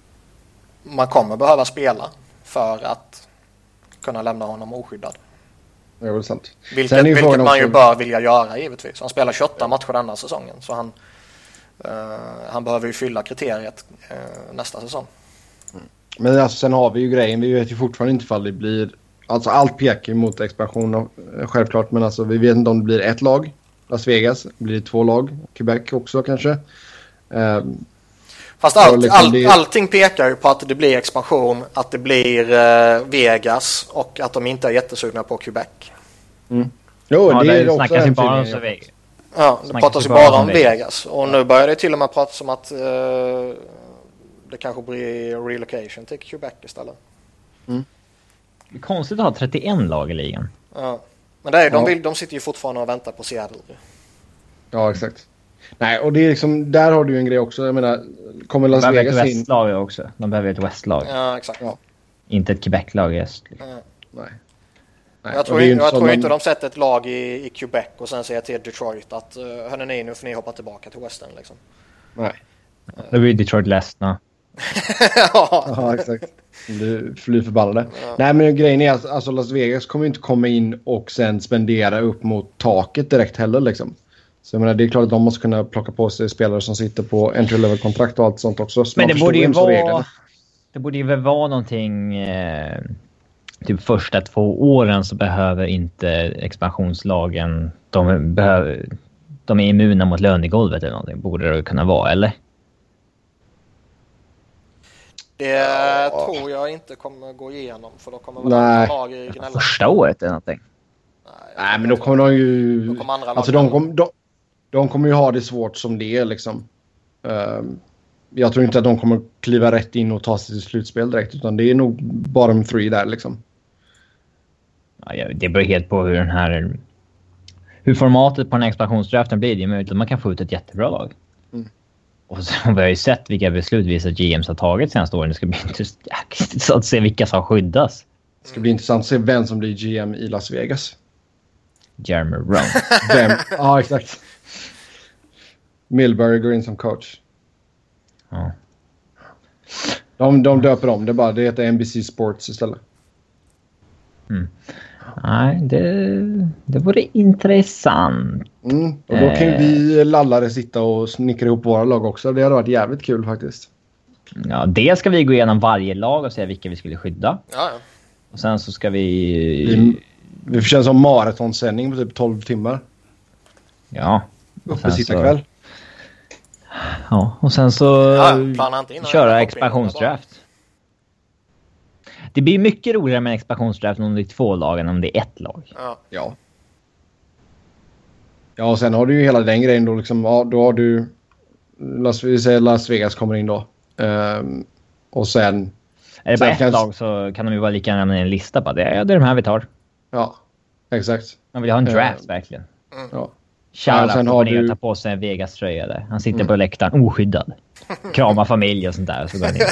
man kommer behöva spela för att kunna lämna honom oskyddad. Det är väl sant. Vilket, vilket man också... ju bör vilja göra givetvis. Han spelar tjugoåtta ja. matcher denna säsongen så han Uh, han behöver ju fylla kriteriet uh, nästa säsong. Mm. Men alltså, sen har vi ju grejen, vi vet ju fortfarande inte ifall det blir, alltså allt pekar mot expansion uh, självklart, men alltså vi vet inte om det blir ett lag, Las Vegas, blir det två lag, Quebec också kanske. Uh, Fast allt, liksom all, det... allting pekar ju på att det blir expansion, att det blir uh, Vegas och att de inte är jättesugna på Quebec. Mm. Jo, ja, det, det är också en bara så Vegas. Ja, det pratas ju bara om Vegas. Och nu börjar det till och med pratas om att uh, det kanske blir relocation till Quebec istället. Mm. Det är konstigt att ha trettioen lag i ligan. Ja. Men det är, de, vill, de sitter ju fortfarande och väntar på Seattle. Ja, exakt. Nej, och det är liksom, där har du ju en grej också. Jag menar, kommer Las Vegas in... De behöver ett Westlag också. De behöver ett Westlag. Ja, exakt. Ja. Inte ett Quebec-lag i öst. Liksom. Ja. Nej. Nej, jag tror, jag tror man... inte de sätter ett lag i, i Quebec och sen säger till Detroit att uh, hörni ni, nu får ni hoppa tillbaka till Western liksom. Nej. Uh. Då blir Detroit ledsna. ja. ja, exakt. Du flyr förbannade. Ja. Nej, men grejen är att alltså, Las Vegas kommer inte komma in och sen spendera upp mot taket direkt heller liksom. Så jag menar, det är klart att de måste kunna plocka på sig spelare som sitter på entry-level-kontrakt och allt sånt också. Så men det borde ju vara... Det borde ju väl vara någonting... Eh... Typ första två åren så behöver inte expansionslagen, de, behöver, de är immuna mot lönegolvet eller någonting, borde det kunna vara, eller? Det ja. tror jag inte kommer gå igenom, för då kommer väl andra lag i gnälla. Första året eller någonting? Nej, Nej men då kommer de ju... Då kommer andra alltså de, kom, de, de kommer ju ha det svårt som det är liksom. Um, jag tror inte att de kommer kliva rätt in och ta sig till slutspel direkt, utan det är nog bottom three där liksom. Ja, det beror helt på hur den här hur formatet på den här expansionsdraften blir. Det är möjligt att man kan få ut ett jättebra lag. Mm. Och så har vi ju sett vilka beslut vissa G Ms har tagit senaste åren. Det ska bli intressant att se vilka som skyddas. Det ska bli intressant att se vem som blir G M i Las Vegas. Jeremy Rowan. Vem? Ja, exakt. Milbury går in som coach. Ja. De, de döper om det bara. Det heter N B C Sports istället. Mm. Nej, det, det vore intressant. Mm. Och då kan vi lallare sitta och snickra ihop våra lag också. Det hade varit jävligt kul faktiskt. Ja, det ska vi gå igenom varje lag och säga vilka vi skulle skydda. Ja, ja. Och sen så ska vi... Vi, vi får känna som maratonsändning på typ tolv timmar. Ja. Uppe sitta kväll. Ja, och sen så ja, köra expansionsdraft. Det blir mycket roligare med en expansionsdraft om det är två lag än om det är ett lag. Ja. Ja. Ja, och sen har du ju hela den grejen då liksom, ja, då har du Las, vi säger Las Vegas kommer in då. Um, och sen... Är det bara ett kan... lag så kan de ju vara lika gärna med en lista på det. Ja, det är de här vi tar. Ja, exakt. Man vill ha en draft, uh, verkligen. Mm. Ja. Charlotte sen har har du... du... ta på sig en Vegas-tröja där. Han sitter mm. på läktaren oskyddad. Kramar familj och sånt där. Så går ner.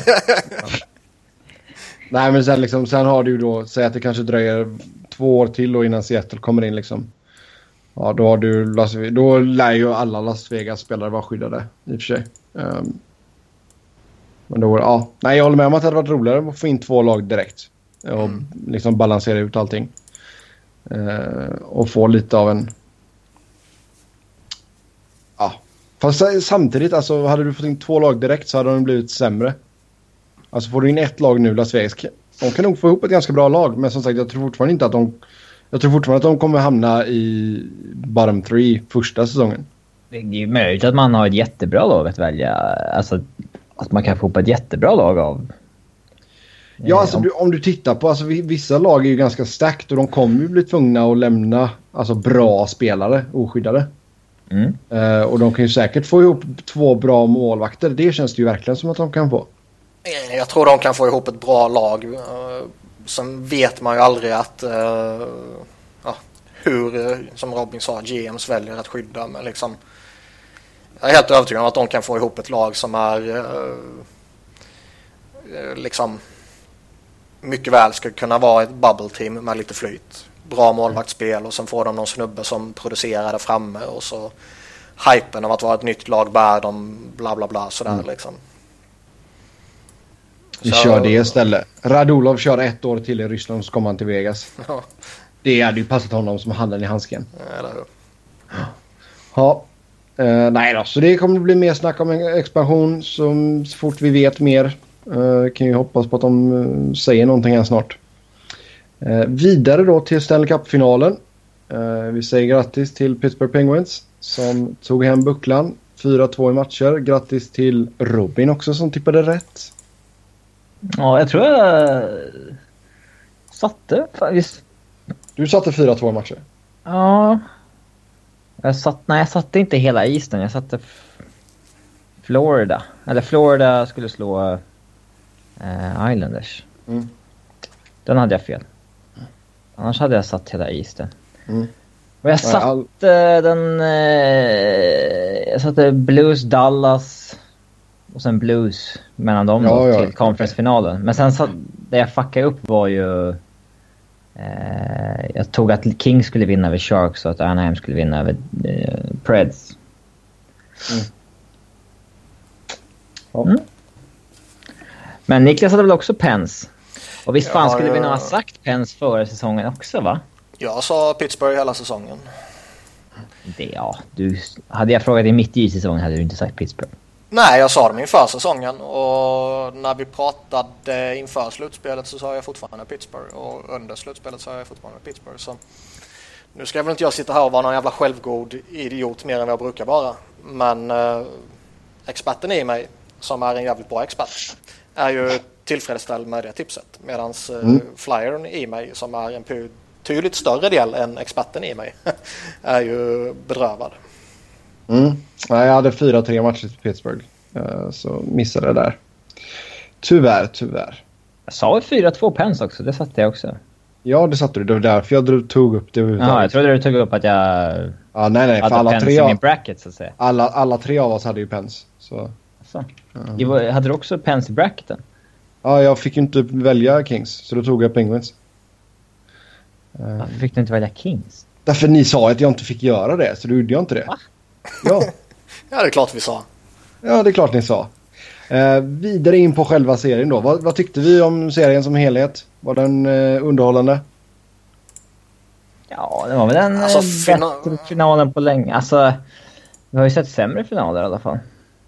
Nej, men sen, liksom, sen har du ju då... Säg att det kanske dröjer två år till och innan Seattle kommer in liksom. Ja, då har du Las Vegas. Då lär ju alla Las Vegas-spelare vara skyddade i och för sig. Um, men då, ja. Nej, jag håller med om att det hade varit roligare att få in två lag direkt. Och mm. liksom balansera ut allting. Uh, och få lite av en... Ja. Fast samtidigt, alltså, hade du fått in två lag direkt så hade de blivit sämre. Alltså får du in ett lag nu, Las Vegas. De kan nog få ihop ett ganska bra lag. Men som sagt, jag tror fortfarande inte att de... Jag tror fortfarande att de kommer hamna i bottom three första säsongen. Det är ju möjligt att man har ett jättebra lag att välja. Alltså att man kan få upp ett jättebra lag av. Ja, alltså om du, om du tittar på... Alltså, vissa lag är ju ganska stacked och de kommer ju bli tvungna att lämna alltså, bra spelare, oskyddade. Mm. Uh, och de kan ju säkert få ihop två bra målvakter. Det känns det ju verkligen som att de kan få. Jag tror de kan få ihop ett bra lag. Sen vet man ju aldrig att uh, ja, hur, som Robin sa, G Ms väljer att skydda. Men liksom, jag är helt övertygad om att de kan få ihop ett lag som är uh, liksom mycket väl ska kunna vara ett bubble team med lite flyt. Bra målvaktsspel och sen får de någon snubbe som producerar där framme och så hypen av att vara ett nytt lag bär de bla bla bla sådär mm. liksom. Vi så... kör det istället. Radulov kör ett år till i Ryssland så kommer han till Vegas. Ja. Det hade ju passat honom som handen i handsken. Eller hur? Ja. Uh, nej då, så det kommer bli mer snack om en expansion som så fort vi vet mer. Uh, kan ju hoppas på att de uh, säger någonting här snart. Uh, vidare då till Stanley Cup-finalen. Uh, vi säger grattis till Pittsburgh Penguins som tog hem bucklan. fyra två i matcher. Grattis till Robin också som tippade rätt. Ja, jag tror jag satte faktiskt. Du satte fyra två i matcher? Ja. Jag satt, nej, jag satte inte hela isen. Jag satte f- Florida. Eller Florida skulle slå eh, Islanders. Mm. Den hade jag fel. Annars hade jag satt hela isen. Mm. Och jag satte all... den... Eh, jag satte Blues Dallas... Och sen Blues mellan dem ja, då, ja, till conference-finalen. Men sen så, det jag fuckade upp var ju... Eh, jag tog att Kings skulle vinna över Sharks och att Anaheim skulle vinna över eh, Preds. Mm. Ja. Mm. Men Niklas hade väl också Pens? Och visst fan ja, skulle ja. vi nog ha sagt Pens före säsongen också, va? Jag sa Pittsburgh hela säsongen. Det, ja. Du, hade jag frågat dig mitt i säsongen hade du inte sagt Pittsburgh. Nej, jag sa dem inför säsongen och när vi pratade inför slutspelet så sa jag fortfarande Pittsburgh och under slutspelet sa jag fortfarande Pittsburgh. Så nu ska väl inte jag sitta här och vara någon jävla självgod idiot mer än vad jag brukar vara. Men eh, experten i mig, som är en jävligt bra expert, är ju tillfredsställd med det tipset. Medan eh, mm. flyern i mig, som är en tydligt större del än experten i mig, är ju bedrövad. Mm. Ja, jag hade fyra tre matcher till Pittsburgh. Uh, så missade jag där. Tyvärr, tyvärr. Jag sa fyra två Pens också, det satte jag också. Ja, det satte du. Det var därför jag tog upp det. Ja, jag trodde du tog upp att jag ja, nej, nej, för hade alla Pens tre i av... min bracket, så att säga. Alla, alla tre av oss hade ju Pens. Så. Så. Uh-huh. Hade du också Pens i bracketen? Ja, jag fick ju inte välja Kings, så då tog jag Penguins. Uh, Varför fick du inte välja Kings? Därför ni sa att jag inte fick göra det, så då gjorde jag inte det. Va? Ja. Ja, det är klart vi sa. Ja, det är klart ni sa. Eh, vidare in på själva serien då. Vad, vad tyckte vi om serien som helhet? Var den eh, underhållande? Ja, det var väl den Alltså, alltså, fina- bättre finalen på länge. Alltså, vi har ju sett sämre finaler i alla fall.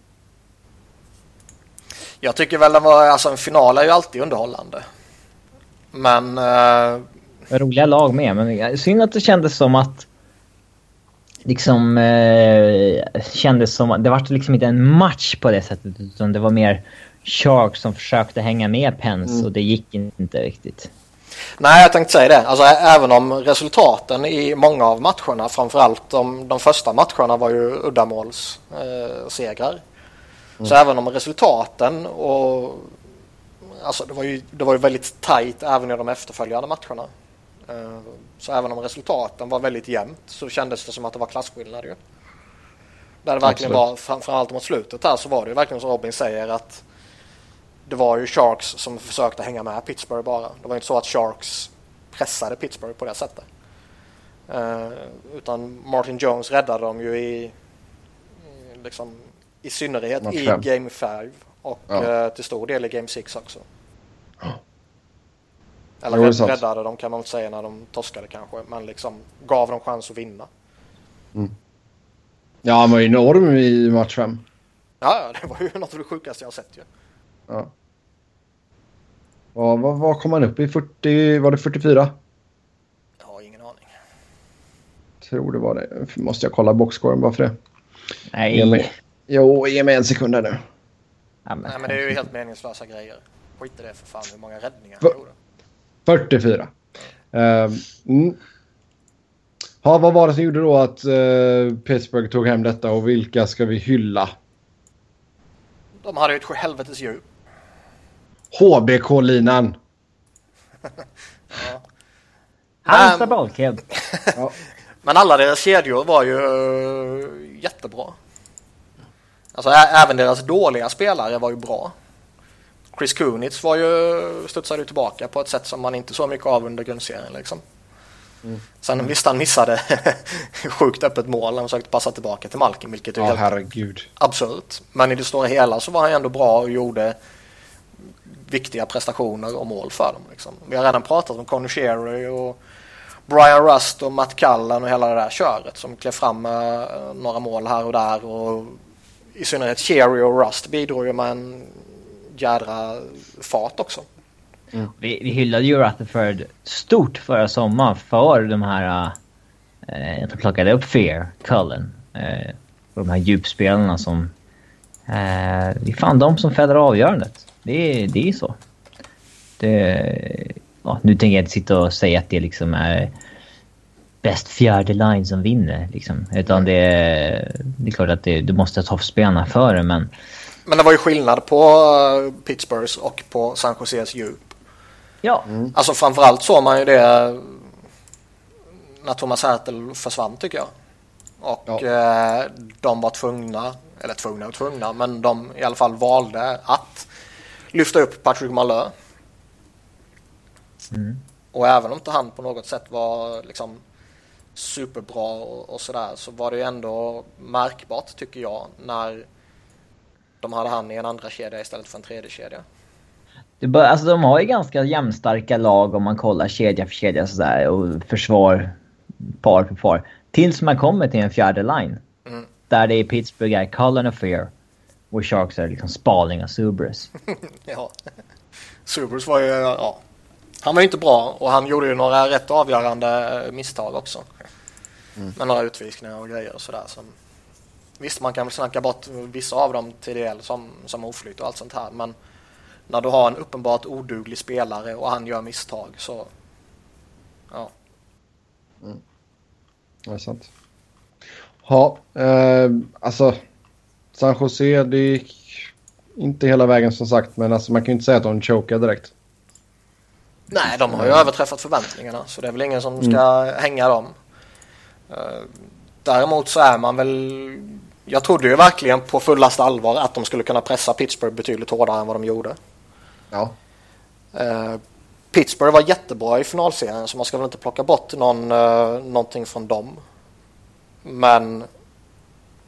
Jag tycker väl det var, alltså en final är ju alltid underhållande. Men... Eh, Roliga lag med, men synd att det kändes som att liksom eh, kändes som att det var liksom inte en match på det sättet, utan det var mer Sharks som försökte hänga med Pens mm. och det gick inte riktigt. Nej, jag tänkte säga det. Alltså, även om resultaten i många av matcherna, framförallt de, de första matcherna var ju uddamåls eh, segrar. Mm. Så även om resultaten och alltså det var ju det var ju väldigt tajt även i de efterföljande matcherna. Eh, så även om resultaten var väldigt jämnt så kändes det som att det var klasskillnad ju. Där det verkligen Absolut. var, framförallt mot slutet här, så var det ju verkligen som Robin säger att det var ju Sharks som försökte hänga med Pittsburgh bara. Det var inte så att Sharks pressade Pittsburgh på det sättet. Eh, utan Martin Jones räddade dem ju i, i liksom i synnerhet Match i fem. Game fem och ja. eh, till stor del i Game sex också. Ja. Eller rädd, räddade dem kan man inte säga när de torskade kanske, men liksom gav dem chans att vinna. Mm. Ja, han var ju enorm i match fem. Ja, det var ju något av det sjukaste jag har sett ju. Ja. Ja, vad, vad kom han upp i? fyrtio, var det fyrtiofyra? Jag har ingen aning. Tror det var det. Måste jag kolla boxscoren bara för det? Nej. Ge mig, jo, ge mig en sekund där nu. Ja, men. Nej, men det är ju helt meningslösa grejer. Skit i det för fan, hur många räddningar han gjorde. fyrtiofyra. Mm. Mm. Ja, vad var det som gjorde då att uh, Pittsburgh tog hem detta och vilka ska vi hylla? De hade ju ett helvetes djup. H B K-linan. Ja. Halmstad Bollkeb. Ja. Men alla deras kedjor var ju uh, jättebra. Alltså ä- även deras dåliga spelare var ju bra. Chris Kunitz var ju studsade ju tillbaka på ett sätt som man inte så mycket av under grundserien liksom. Mm. Sen visst han missade sjukt öppet mål. Han försökte passa tillbaka till Malkin, vilket är oh, helt herregud. absurt. Men i det stora hela så var han ändå bra och gjorde viktiga prestationer och mål för dem. Liksom. Vi har redan pratat om Conor Sherry och Brian Rust och Matt Cullen och hela det där köret som klev fram med några mål här och där. Och i synnerhet Sherry och Rust bidrog ju med en jädra fart också. Mm. Vi, vi hyllade ju Rutherford stort förra sommaren för de här äh, jag plockade upp Fear, Cullen äh, och de här djupspelarna som äh, det är fan de som fäller avgörandet. Det är, det är så. Det, ja, nu tänker jag inte sitta och säga att det liksom är bäst fjärde line som vinner liksom. Utan det är, det är klart att det, du måste ha toppspelarna för det, men Men det var ju skillnad på Pittsburghs och på San Joses djup. Ja. Mm. Alltså framförallt såg man ju det när Thomas Hertel försvann tycker jag. Och ja. eh, de var tvungna, eller tvungna och tvungna, men de i alla fall valde att lyfta upp Patrick Malö. Mm. Och även om inte han på något sätt var liksom superbra och, och sådär, så var det ju ändå märkbart tycker jag när de hade han i en andra kedja istället för en tredje kedja. Det bör, alltså de har ju ganska jämnstarka lag om man kollar kedja för kedja sådär, och försvar par på par. Tills man kommer till en fjärde line. Mm. Där det är Pittsburgh är Cullen och Fear. Och Sharks är liksom Spaling och Subrus. Ja. Subrus var ju, ja. Han var ju inte bra och han gjorde ju några rätt avgörande misstag också. Mm. Med några utvisningar och grejer och sådär som... Visst, man kan väl snacka bort vissa av dem till del som, som oflytt och allt sånt här. Men när du har en uppenbart oduglig spelare och han gör misstag så... Ja. Mm. Det är sant. Ja, eh, alltså... San Jose, det gick inte hela vägen som sagt. Men alltså, man kan ju inte säga att de chokar direkt. Nej, de har ju mm. överträffat förväntningarna. Så det är väl ingen som ska mm. hänga dem. Uh, däremot så är man väl... Jag trodde ju verkligen på fullaste allvar att de skulle kunna pressa Pittsburgh betydligt hårdare än vad de gjorde. Ja. Uh, Pittsburgh var jättebra i finalserien så man ska väl inte plocka bort någon, uh, någonting från dem. Men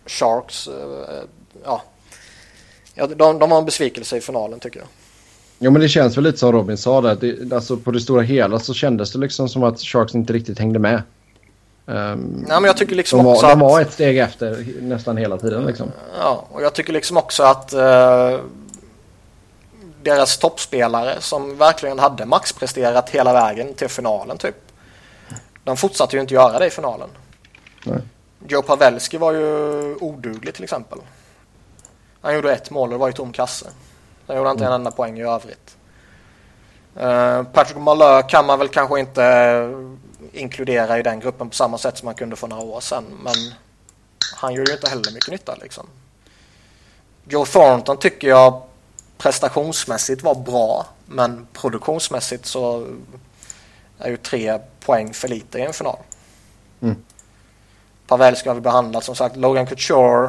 Sharks, eh, ja, ja de, de var en besvikelse i finalen tycker jag. Ja, men det känns väl lite som Robin sa där. Det, alltså på det stora hela så kändes det liksom som att Sharks inte riktigt hängde med. Um, ja, men jag tycker liksom de, var, också de att, var ett steg efter nästan hela tiden liksom. Ja, och jag tycker liksom också att uh, deras toppspelare som verkligen hade maxpresterat hela vägen till finalen typ. De fortsatte ju inte göra det i finalen. Nej. Joe Pavelski var ju oduglig till exempel. Han gjorde ett mål och det var ju tom kasse. Han gjorde inte mm. en enda poäng i övrigt. Uh, Patrick Malheur kan man väl kanske inte inkludera i den gruppen på samma sätt som man kunde för några år sedan. Men han gör ju inte heller mycket nytta liksom. Joe Thornton tycker jag prestationsmässigt var bra. Men produktionsmässigt så är ju tre poäng för lite i en final. Mm. Pavelski har vi behandlat som sagt. Logan Couture,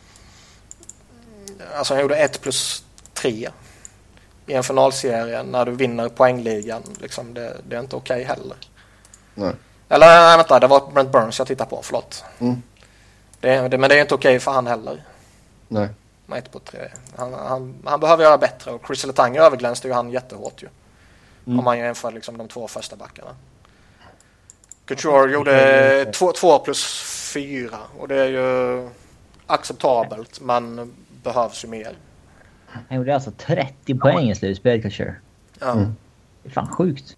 alltså han gjorde ett plus tre i en finalserie när du vinner poängligan. Liksom det, det är inte okej okay heller. Nej. Eller nej, vänta, det var Brent Burns jag tittade på, förlåt. Mm. Det, det, men det är inte okej okay för han heller. Nej. Man ett på tre. Han, han, han behöver göra bättre och Chris Letang överglänste ju han jättehårt ju. Mm. Om man jämför liksom de två första backarna. Couture gjorde två, två plus fyra och det är ju acceptabelt men behövs ju mer. Han gjorde alltså trettio poäng i slutspelet, Couture. Ja. Mm. Det är fan sjukt.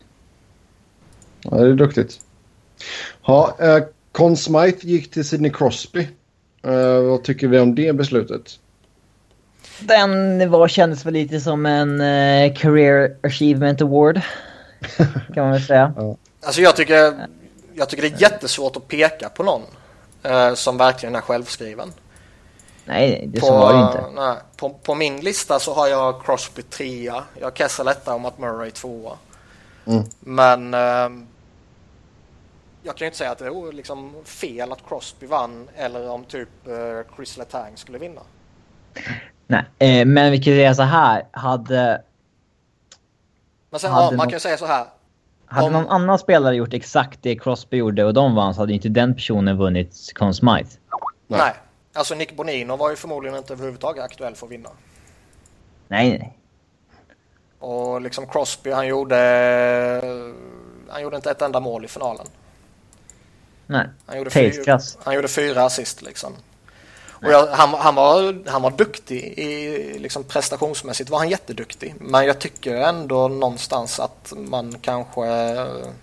Ja, det är duktigt. Ja, eh, Conn Smythe gick till Sidney Crosby. Eh, vad tycker vi om det beslutet? Den var, kändes väl lite som en eh, Career Achievement Award. Kan man väl säga. Ja. Alltså jag tycker, jag tycker det är jättesvårt att peka på någon eh, som verkligen är självskriven. Nej, det på, så var det inte. Nej, på, på min lista så har jag Crosby trea. Jag har Kessel etta och Matt Murray tvåa. Mm. Men eh, jag kan ju inte säga att det är liksom fel att Crosby vann eller om typ eh, Chris Letang skulle vinna. Nej, eh, men vi kan säga så här. Hade... Men sen, hade ja, man någon, kan ju säga så här. Hade om, någon annan spelare gjort exakt det Crosby gjorde och de vann så hade inte den personen vunnit Conn Smythe. Nej. nej. Alltså Nick Bonino var ju förmodligen inte överhuvudtaget aktuell för att vinna. Nej, nej. Och liksom Crosby, han gjorde han gjorde inte ett enda mål i finalen. Nej. Han gjorde, fyra, han gjorde fyra assist liksom. Och jag, han, han, var, han var duktig i liksom prestationsmässigt var han jätteduktig. Men jag tycker ändå någonstans att man kanske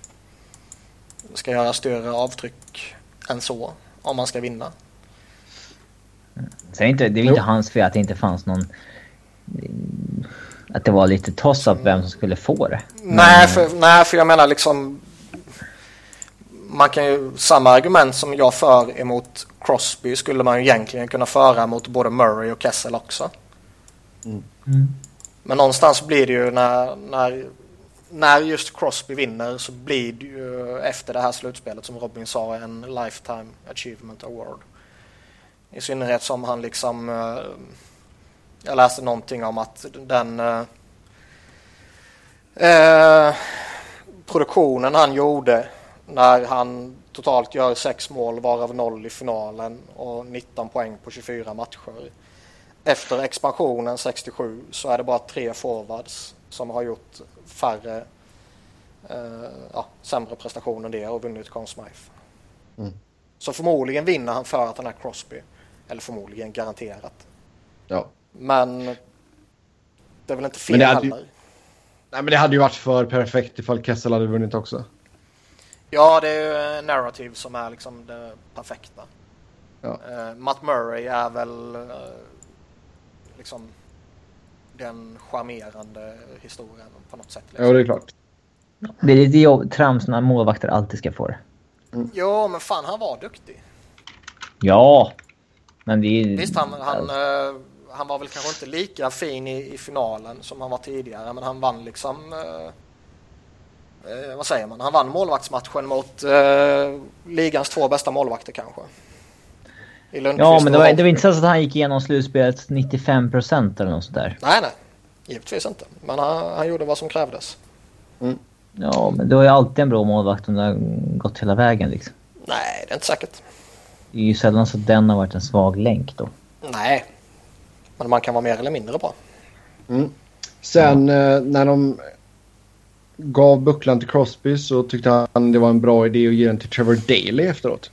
ska göra större avtryck än så om man ska vinna. Så det är inte, det är inte hans fel att det inte fanns någon, att det var lite toss-up vem som skulle få det. Men... Nej, för, nej, för jag menar liksom man kan ju, samma argument som jag för emot Crosby skulle man ju egentligen kunna föra mot både Murray och Kessel också. Mm. Mm. Men någonstans blir det ju när, när, när just Crosby vinner så blir det ju efter det här slutspelet som Robin sa en Lifetime Achievement Award. I synnerhet som han liksom jag läste någonting om att den eh, produktionen han gjorde när han totalt gör sex mål varav noll i finalen och nitton poäng på tjugofyra matcher. Efter expansionen sextiosju så är det bara tre forwards som har gjort färre eh, ja, sämre prestationer än det och vunnit Conn Smythe. Mm. Så förmodligen vinner han för att han är Crosby. Eller förmodligen garanterat. Ja. Men det är väl inte fel men heller. Ju, nej, men det hade ju varit för perfekt ifall Kessel hade vunnit också. Ja, det är ju narrativ som är liksom det perfekta. Ja. Uh, Matt Murray är väl uh, liksom den charmerande historien på något sätt. Liksom. Ja, det är klart. Det är lite jobb, trams när målvakter alltid ska få det. Mm. Jo, men fan, han var duktig. Ja, men det är... Visst, han, han, uh, han var väl kanske inte lika fin i, i finalen som han var tidigare, men han vann liksom... Uh, uh, vad säger man? Han vann målvaktsmatchen mot uh, ligans två bästa målvakter kanske. Ja, men det var, det var inte så att han gick igenom slutspelet nittiofem procent eller något sådär. Nej, nej. Givetvis inte. Men han, han gjorde vad som krävdes. Mm. Ja, men det var ju alltid en bra målvakt om det har gått hela vägen liksom. Nej, det är inte säkert. Det är ju sällan så den har varit en svag länk då. Nej, men man kan vara mer eller mindre bra. Mm. Sen eh, när de gav bucklan till Crosby så tyckte han det var en bra idé att ge den till Trevor Daley efteråt.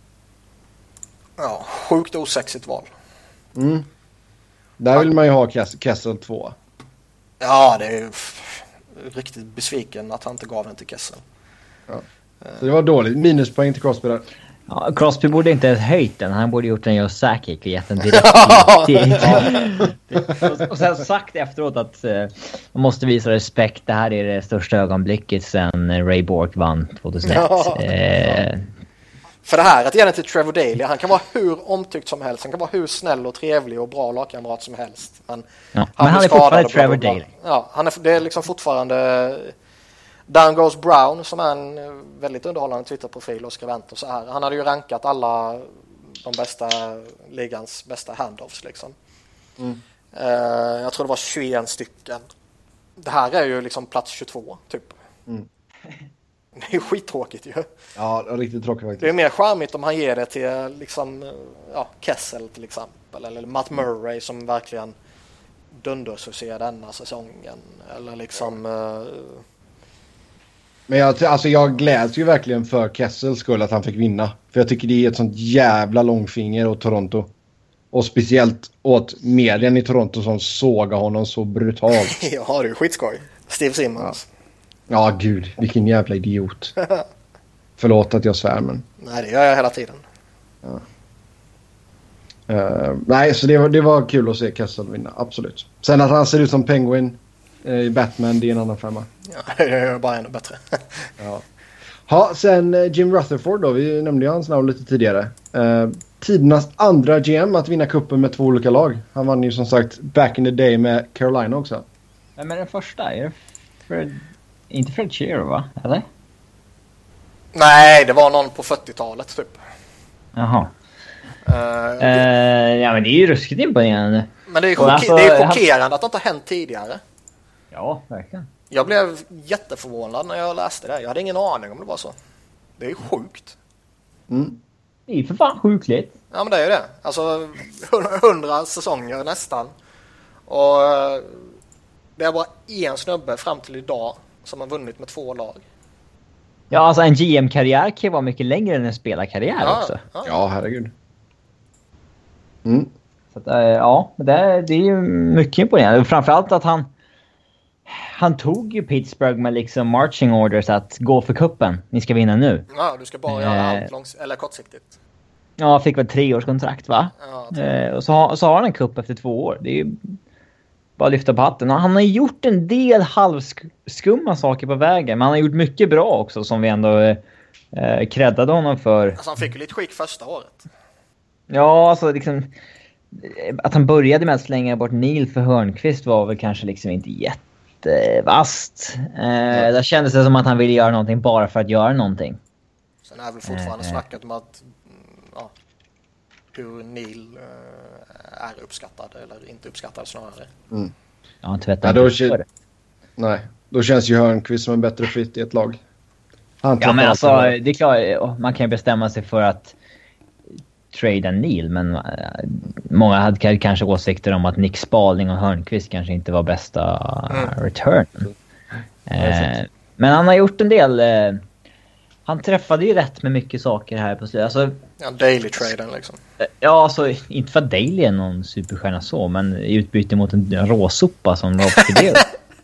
Ja, sjukt osexigt val. Mm. Där vill man ju ha Kessel två. Ja, det är ju f- riktigt besviken att han inte gav den till Kessel. Ja. Så det var dåligt. Minuspoäng till Crosby där. Ja, Crosby borde inte ha höjt den. Han borde gjort den just Sakic och gett den direkt till. till. Och sen sagt efteråt att uh, man måste visa respekt. Det här är det största ögonblicket sen Ray Bork vann tjugohundraett. Ja. Uh, För det här att ge den till Trevor Daley, han kan vara hur omtyckt som helst. Han kan vara hur snäll och trevlig och bra lagkamrat som helst. Men, ja, han, men han är fortfarande Trevor Daley. Ja, han är, det är liksom fortfarande Down Goes Brown som är en väldigt underhållande Twitter-profil och skribent och så här. Han hade ju rankat alla de bästa ligans bästa handoffs liksom. Mm. Uh, jag tror det var tjugoett stycken. Det här är ju liksom plats tjugotvå typ. Mm. Det är ju skittråkigt ju. Ja, riktigt tråkigt faktiskt. Det är mer charmigt om han ger det till liksom, ja, Kessel till exempel. Eller Matt Murray som verkligen dundersuccé denna säsongen. Eller liksom... Uh... Men jag, alltså jag gläds ju verkligen för Kessels skull att han fick vinna. För jag tycker det är ett sånt jävla långfinger åt Toronto. Och speciellt åt medien i Toronto som sågar honom så brutalt. Ja, det är skitskoj. Steve Simmons. Ja. Ja, gud. Vilken jävla idiot. Förlåt att jag svär, men... Nej, det gör jag hela tiden. Ja. Uh, nej, så det var, det var kul att se Kessel vinna. Absolut. Sen att han ser ut som Penguin i uh, Batman, det är en annan femma. Ja, det är bara ännu bättre. Ja. Ha, sen uh, Jim Rutherford då. Vi nämnde ju hans namn lite tidigare. Uh, tidernas andra G M att vinna kuppen med två olika lag. Han vann ju som sagt back in the day med Carolina också. Vem är den första? Är det Fred... Inte Fred Cheer, va? Eller? Nej, det var någon på fyrtiotalet typ. Jaha. Uh, uh, ja, men det är ju ruskigt imponerande. Men det är, chock- alltså, det är chockerande att det inte har hänt tidigare. Ja, verkligen. Jag blev jätteförvånad när jag läste det. Jag hade ingen aning om det var så. Det är ju sjukt. Mm. Det är ju för fan sjukligt. Ja, men det är ju det. Alltså, hundra säsonger nästan. Och det är bara en snubbe fram till idag som har vunnit med två lag. Ja, alltså en G M-karriär kan vara mycket längre än en spelarkarriär ja, också. Ja, ja herregud. Mm. Så att, äh, ja, det, det är ju mycket imponerande. Framförallt att han han tog ju Pittsburgh med liksom marching orders att gå för kuppen. Ni ska vinna nu. Ja, du ska bara göra äh, allt långs- eller kortsiktigt. Ja, fick väl tre års kontrakt, va? Ja, äh, och så, så har han en kupp efter två år. Det är ju bara lyfta på hatten. Han har gjort en del halvskumma saker på vägen. Men han har gjort mycket bra också som vi ändå eh, creddade honom för. Alltså han fick ju lite skick första året. Ja, alltså liksom att han började med att slänga bort Neil för Hörnqvist var väl kanske liksom inte jättevast. Eh, där kändes det som att han ville göra någonting bara för att göra någonting. Sen är väl fortfarande eh, snackat om att ja, hur Neil eh, är uppskattad eller inte uppskattad snarare. Mm. Jag har inte vet ja, då k- Nej, då känns ju Hörnqvist som en bättre fit i ett lag. Han ja, men alltså det är klart, man kan ju bestämma sig för att trade Neil, men äh, många hade kanske åsikter om att Nick Spalding och Hörnqvist kanske inte var bästa mm. return. Mm. Eh, men han har gjort en del. Eh, han träffade ju rätt med mycket saker här på slutet. Alltså, ja, daily traden liksom. Eh, ja, alltså inte för daily är någon superstjärna så, men i utbyte mot en råsopa som var på del.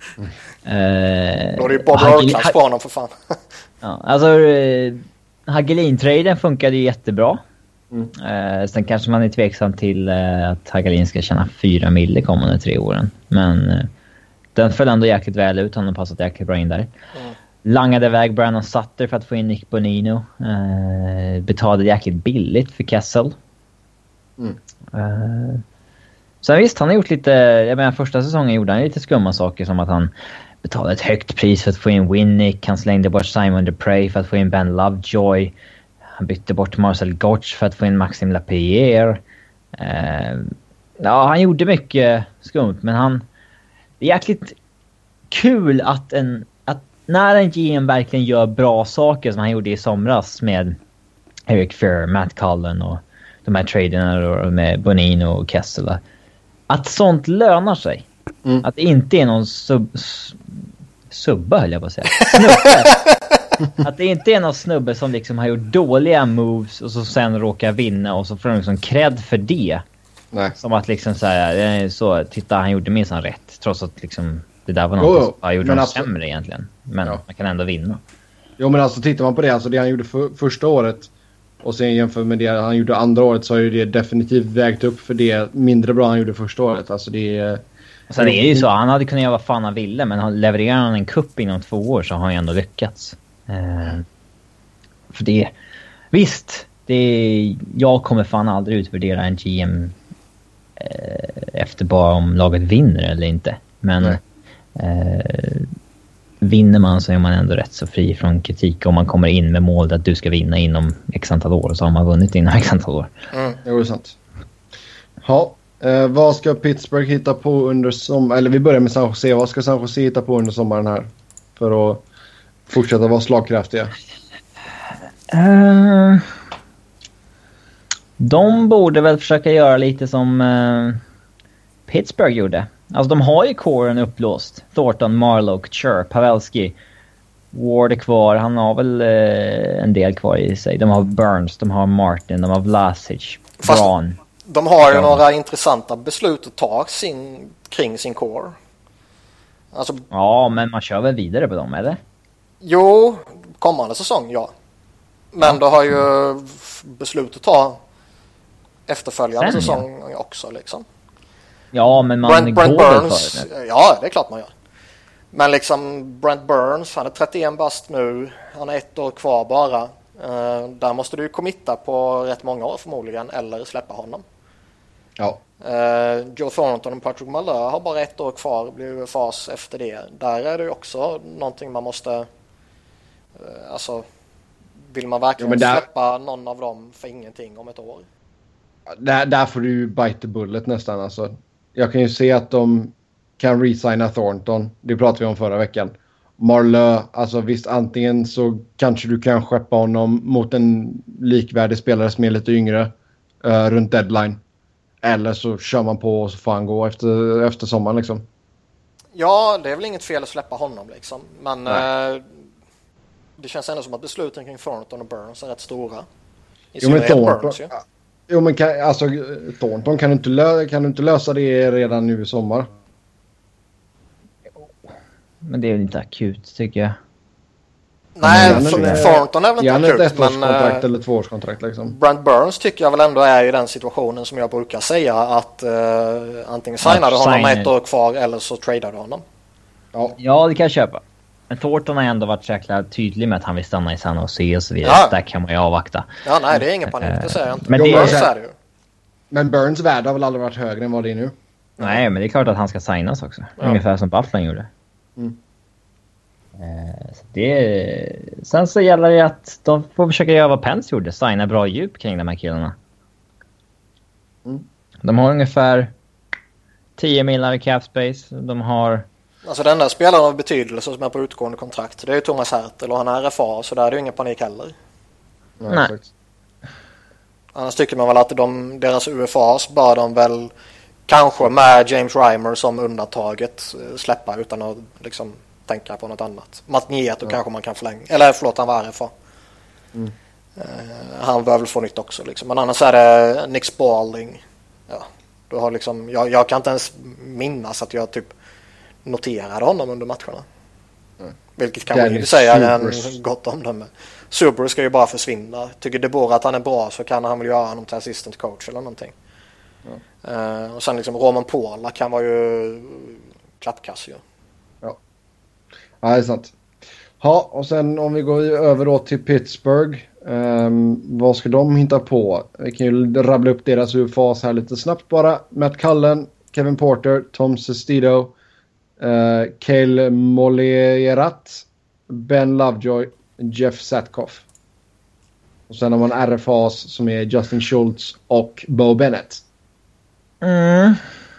Eh, Då är det ju Bob Rorklass på honom för fan. Ja, alltså eh, Hagelin-traden funkade ju jättebra. Mm. Eh, sen kanske man är tveksam till eh, att Hagelin ska tjäna fyra mil de kommande tre åren. Men eh, den föll ändå jäkligt väl ut. Han har passat jäkligt bra in där. Mm. Langade iväg Brandon Sutter för att få in Nick Bonino. Eh, betalade jäkligt billigt för Kessel. Mm. Eh, sen visst, han har gjort lite... Jag menar, första säsongen gjorde han lite skumma saker som att han betalade ett högt pris för att få in Winnick. Han slängde bort Simon Dupré för att få in Ben Lovejoy. Han bytte bort Marcel Gottsch för att få in Maxime Lapierre. Eh, ja, han gjorde mycket skumt, men han... Det är jäkligt kul att en... Att när en G M verkligen gör bra saker som han gjorde i somras med Eric Fehr, Matt Cullen och de här traderna med Bonino och Kessel. Att sånt lönar sig. Mm. Att det inte är någon sub, subba höll jag på att säga. Snubbe. Att det inte är någon snubbe som liksom har gjort dåliga moves och så sen råkar vinna och så får de liksom cred för det. Nej. Som att liksom så här, så titta han gjorde minsann rätt trots att liksom det där var något jo, som bara gjorde något alltså, sämre egentligen. Men ja. man kan ändå vinna. Jo men alltså tittar man på det, alltså det han gjorde för, första året och sen jämför med det han gjorde andra året så har ju det definitivt vägt upp för det mindre bra han gjorde första året. Alltså det är... Och sen är det ju så, han hade kunnat göra vad fan han ville men han levererar han en kupp inom två år så har han ju ändå lyckats. Eh, för det, visst, det är, jag kommer fan aldrig utvärdera en G M eh, efter bara om laget vinner eller inte. Men eh, vinner man så är man ändå rätt så fri från kritik om man kommer in med mål att du ska vinna inom x antal år och så har man vunnit inom x antal år. Mm, det är sant. Ja, eh, vad ska Pittsburgh hitta på under sommaren? Eller vi börjar med San Jose. Vad ska San Jose hitta på under sommaren här för att fortsätta vara slagkraftiga? Uh, de borde väl försöka göra lite som uh, Pittsburgh gjorde. Alltså de har ju kåren upplåst. Thornton, Marlowe, Chirp, Pavelski. Ward är kvar. Han har väl uh, en del kvar i sig. De har Burns, de har Martin, de har Vlasic, Braun. De har ju Braun. Några intressanta beslut att ta sin, kring sin core. Alltså, ja, men man kör väl vidare på dem, eller? Jo, kommande säsong, ja. Men ja. Då har ju beslut att ta efterföljande Sen, säsong ja. också, liksom. Ja, men man Brent, går Brent väl Burns, för det. Ja, det är klart man gör. Men liksom Brent Burns, han är trettioen bast nu. Han har ett år kvar bara. Uh, där måste du ju committa på rätt många år förmodligen, eller släppa honom. Ja. Uh, Joe Thornton och Patrick Malheur har bara ett år kvar, blir fas efter det. Där är det ju också någonting man måste uh, alltså vill man verkligen ja, där... släppa någon av dem för ingenting om ett år? Där, där får du ju bite the bullet nästan alltså. Jag kan ju se att de kan resigna Thornton. Det pratade vi om förra veckan. Marleau, alltså visst antingen så kanske du kan skeppa honom mot en likvärdig spelare som är lite yngre uh, runt deadline. Eller så kör man på och så får han gå efter, efter sommaren liksom. Ja, det är väl inget fel att släppa honom liksom. Men uh, det känns ändå som att besluten kring Thornton och Burns är rätt stora. I jo, men Thornton, Burns, ja. Jo, men kan, alltså Thornton, kan du, inte lö- kan du inte lösa det redan nu i sommar? Men det är väl inte akut, tycker jag. Nej, mm, Thornton är väl inte akut. Ett ettårskontrakt eller tvåårskontrakt liksom. Brent Burns tycker jag väl ändå är i den situationen som jag brukar säga att uh, antingen signar du honom med ett år kvar eller så tradar du honom. Ja, ja det kan jag köpa. Men Thornton har ändå varit så jäkla tydlig med att han vill stanna i San Jose och så vidare. Ja. Där kan man ju avvakta. Ja, nej, det är ingen panik, det säger jag inte. Men, men, det Burns är det ju. Men Burns värde har väl aldrig varit högre än vad det är nu? Nej, men det är klart att han ska signas också. Ja. Ungefär som Buffalo gjorde. Mm. Så det, sen så gäller det att de får försöka göra vad Pence gjorde, signa bra djup kring de här killarna. Mm. De har ungefär tio miljoner i cap space. De har alltså den där spelaren av betydelse som är på utgående kontrakt, det är ju Thomas Hertel och han är R F A, så där är det ju ingen panik heller. Nej. Nej. Annars tycker man väl att de, deras U F As bör de väl kanske med James Reimer som undantaget släppa utan att liksom tänka på något annat. Matt Nieto ja. Kanske man kan förlänga. Eller förlåt, han var R F A. Mm. Uh, han bör väl få nytt också. Liksom. Men annars är det Nick Spalding. Ja, du har liksom, jag, jag kan inte ens minnas att jag typ noterade honom under matcherna. Mm. Vilket kanske inte säger en gott omdöme. Subaru ska ju bara försvinna. Tycker DeBoer att han är bra så kan han väl göra honom till assistant coach eller någonting. Mm. Uh, och sen liksom Roman Pola kan vara ju klappkass ju. Ja. Ja, det är sant. Ja, och sen om vi går över då till Pittsburgh. Um, vad ska de hitta på? Vi kan ju rabbla upp deras U F As här lite snabbt bara. Matt Cullen, Kevin Porter, Tom Sestito, uh, Cale Molierat, Ben Lovejoy, Jeff Satkoff. Och sen har man R F As som är Justin Schultz och Bo Bennett. Mm.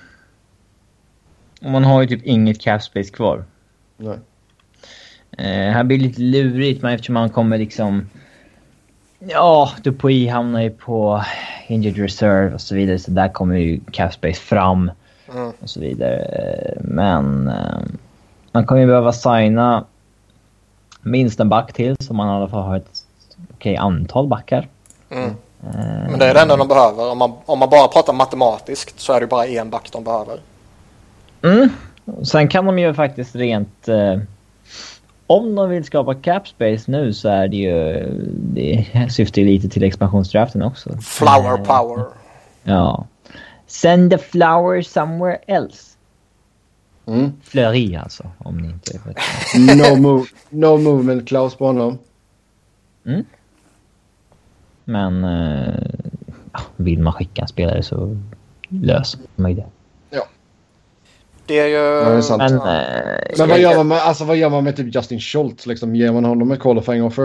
Och man har ju typ inget cap space kvar. Nej. Eh, här blir det lite lurigt, men eftersom man kommer liksom Ja, Dupuy hamnar ju på injured reserve och så vidare. Så där kommer ju cap space fram mm. och så vidare. Men eh, man kommer ju behöva signa minst en back till. Så man i alla fall har ett okej antal backar. Mm. Eh, Men det är det enda de behöver. Om man, om man bara pratar matematiskt så är det bara en back de behöver. Mm. Sen kan de ju faktiskt rent... Eh, om de vill skapa cap space nu så är det ju... Det syftar ju lite till expansionsdraften också. Flower power. Ja. Send the flower somewhere else. Mm. Fleury alltså, om ni inte vet. no, move, no movement Klaus på honom. Mm. Men eh, vill man skicka en spelare så löser man ju det. Ja. Det är ju... Ja, det är sant. Men, ja. eh, Men vad, gör man med, alltså, vad gör man med typ Justin Schultz? Liksom? Ger man honom ett qualifying offer?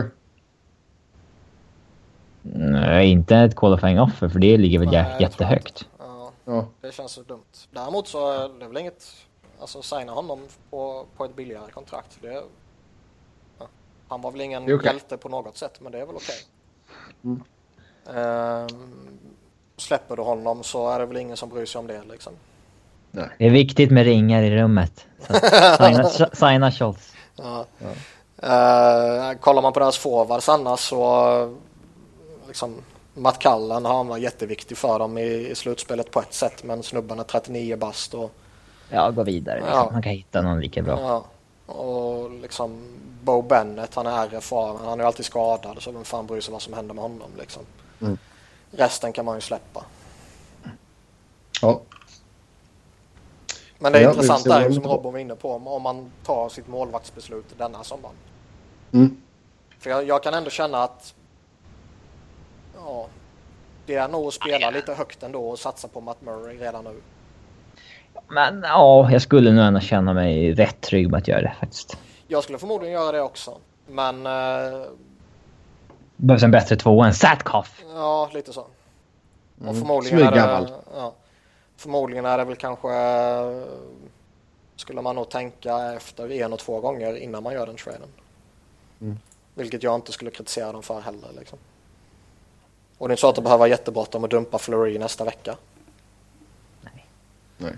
Nej, inte ett qualifying offer, för det ligger väl Nej, jättehögt. Ja, ja. Det känns så dumt. Däremot så är det väl inget... Alltså signa honom på, på ett billigare kontrakt. Det, ja. Han var väl ingen okay. hjälte på något sätt, men det är väl okej. Okay. Mm. Ehm, släpper du honom så är det väl ingen som bryr sig om det liksom. Nej. Det är viktigt med ringar i rummet. signa, signa Schultz. Ja. Ja. Ehm, kollar man på deras forwards annars så liksom, Matt Cullen, han var jätteviktig för dem i, i slutspelet på ett sätt, men snubben är trettionio bast och ja, gå vidare liksom. Ja. Man kan hitta någon lika bra. Ja. Och liksom Bo Bennett, han är R F A, han är ju alltid skadad, så vem fan bryr sig vad som händer med honom liksom. Mm. Resten kan man ju släppa. Ja. Men det är ja, intressant där som Robin var inne på, om man tar sitt målvaktsbeslut denna sommaren. Mm. För jag, jag kan ändå känna att ja, det är nog att spela lite högt ändå och satsa på Matt Murray redan nu. Men ja, jag skulle nog ändå känna mig rätt trygg med att göra det faktiskt. Jag skulle förmodligen göra det också. Men... Eh, behövs en bättre tvåa än Satkoff. Ja, lite så. Mm. Och förmodligen är det, ja, förmodligen är det väl kanske... Skulle man nog tänka efter en och två gånger innan man gör den traden. Mm. Vilket jag inte skulle kritisera dem för heller. Liksom. Och det är inte så att det behöver vara jättebråttom att dumpa Fleury nästa vecka. Nej. Nej.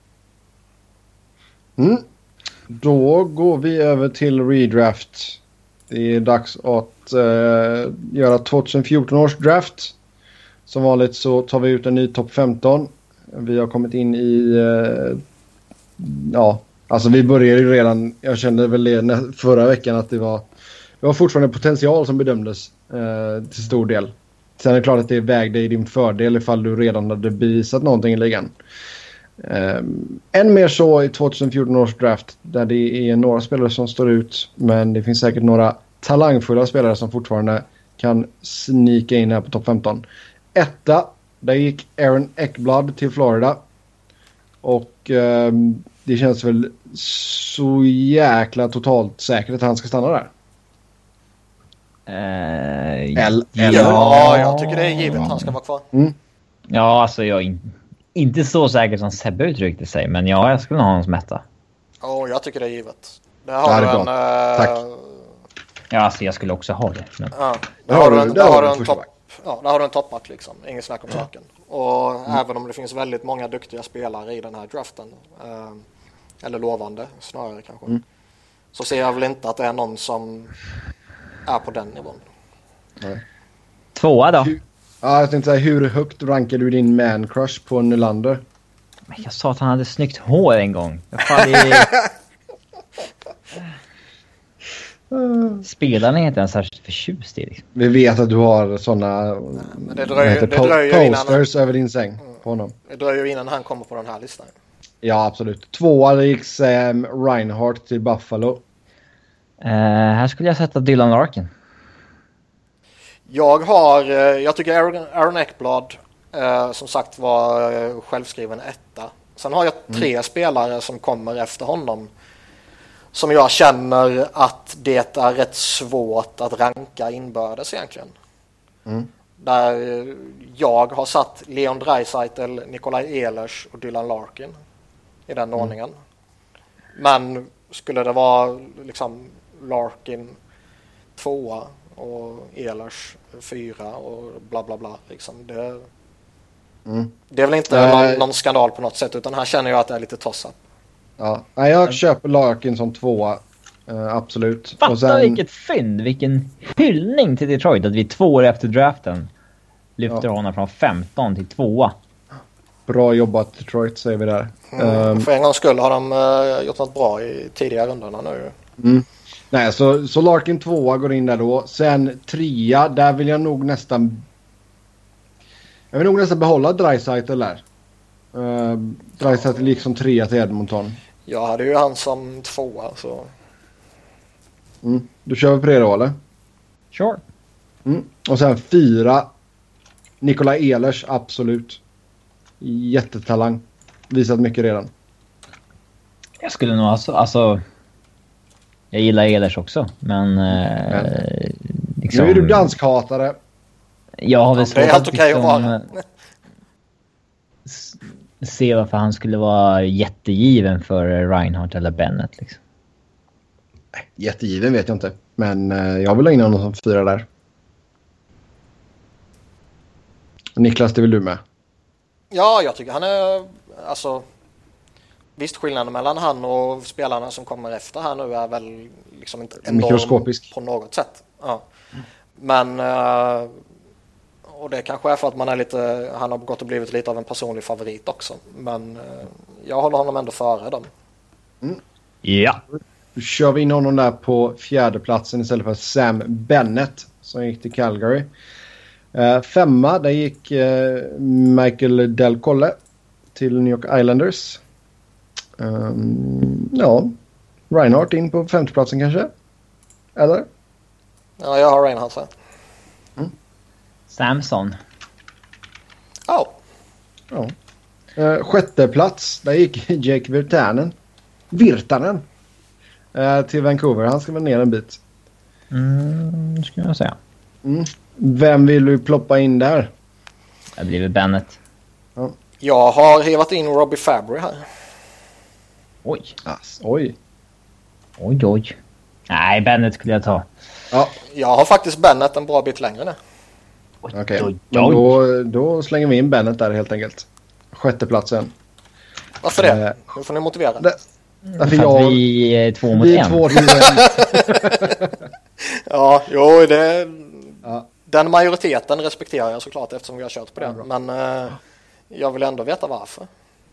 Mm. Då går vi över till redraft. Det är dags att uh, göra tjugohundrafjorton års draft. Som vanligt så tar vi ut en ny topp femton. Vi har kommit in i... Uh, ja, alltså vi började ju redan... Jag kände väl det förra veckan att det var... Det var fortfarande potential som bedömdes uh, till stor del. Sen är det klart att det vägde i din fördel ifall du redan hade bevisat någonting i ligan. Um, än mer så i tjugohundrafjorton års draft där det är några spelare som står ut, men det finns säkert några talangfulla spelare som fortfarande kan snika in här på topp femton. Etta, där gick Aaron Ekblad till Florida och um, det känns väl så jäkla totalt säkert att han ska stanna där. Uh, L- ja, ja, jag tycker det är givet att han ska vara kvar. Mm. Ja, alltså jag in- inte så säker som Sebbe uttryckte sig, men ja, jag skulle ha honom som etta. Ja, oh, jag tycker det är givet. Det har det är du en... Äh... Tack. Ja, alltså jag skulle också ha det. Men... Ja, där har du en, där har du en topp. Ja, där har du en toppback liksom. Ingen snack om ja. saken. Och mm. även om det finns väldigt många duktiga spelare i den här draften, eh, eller lovande snarare kanske, mm. så ser jag väl inte att det är någon som är på den nivån. Nej. Tvåa då? Hur, ja, jag tänkte säga, hur högt rankar du din man crush på Nylander? Jag sa att han hade snyggt hår en gång. Jag fan är... Spelarna är inte ens särskilt förtjust i. Liksom. Vi vet att du har sådana det dröjer, det dröjer posters innan, över din säng på honom. Det dröjer innan han kommer på den här listan. Ja, absolut. Tvåa gick Sam Reinhart till Buffalo. Uh, här skulle jag sätta Dylan Larkin. Jag har, jag tycker Aaron, Aaron Ekblad eh, som sagt var eh, självskriven etta. Sen har jag tre mm. spelare som kommer efter honom som jag känner att det är rätt svårt att ranka inbördes egentligen. Mm. Där jag har satt Leon Draisaitl, Nikolaj Ehlers och Dylan Larkin i den mm. ordningen. Men skulle det vara liksom Larkin tvåa och Ehlers fyra och bla bla bla. Liksom. Det, Mm. det är väl inte äh... någon, någon skandal på något sätt, utan här känner jag att det är lite tossa. Ja, jag köper Larkin som tvåa. Uh, absolut. Fatta och sen... vilket fynd, vilken hyllning till Detroit att vi två år efter draften lyfter ja. honom från femton till tvåa. Bra jobbat Detroit, säger vi där. Mm. Um, för en gångs skull har de uh, gjort något bra i tidigare rundorna nu. Mm. Nej, så, så Larkin tvåa går in där då. Sen trea, där vill jag nog nästan... Jag vill nog nästan behålla Draisaitl där. Uh, Draisaitl liksom trea till Edmonton. Jag hade ju han som tvåa, så... Mm. Du kör på det då, eller? Sure. Mm. Och sen fyra. Nikolaj Ehlers, absolut. Jättetalang. Visat mycket redan. Jag skulle nog alltså... alltså jag gillar Ehlers också, men... Eh, liksom, nu är du danskhatare. Jag har väl svårt det är helt att okej liksom, att vara. se varför han skulle vara jättegiven för Reinhardt eller Bennett. Liksom. Jättegiven vet jag inte. Men eh, jag vill ha in honom som fyra där. Niklas, det vill du med? Ja, jag tycker han är... Alltså, visst, skillnaden mellan han och spelarna som kommer efter här nu är väl liksom inte enorm mikroskopisk på något sätt. Ja. Men... Uh, och det kanske är för att man är lite... Han har gått och blivit lite av en personlig favorit också. Men uh, jag håller honom ändå före dem. Mm. Ja. Då kör vi in honom där på fjärde platsen istället för Sam Bennett som gick till Calgary. Uh, femma, där gick uh, Michael Del Colle till New York Islanders. Um, ja, Reinhardt in på femte platsen kanske? Eller? Ja, jag har Reinhardt här. Mm. Samson. Oh. Ja. Uh, sjätte plats, där gick Jake Virtanen. Virtanen. Uh, till Vancouver. Han ska väl ner en bit. Mm, ska jag säga. Mm. Vem vill du ploppa in där? Det blir väl Bennett. Ja. Jag har hevat in Robbie Fabry här. Oj. Ass, oj. Oj, oj. Nej, Bennett skulle jag ta. Ja. Jag har faktiskt Bennett en bra bit längre nu. Okej, okay. då, då slänger vi in Bennett där helt enkelt. Sjätte platsen. Varför det? Eh, nu får ni motivera. Det, för att jag, vi är två mot vi en. Två mot en. Ja, jo, det... Ja. Den majoriteten respekterar jag såklart eftersom vi har kört på det. Ja, men eh, jag vill ändå veta varför.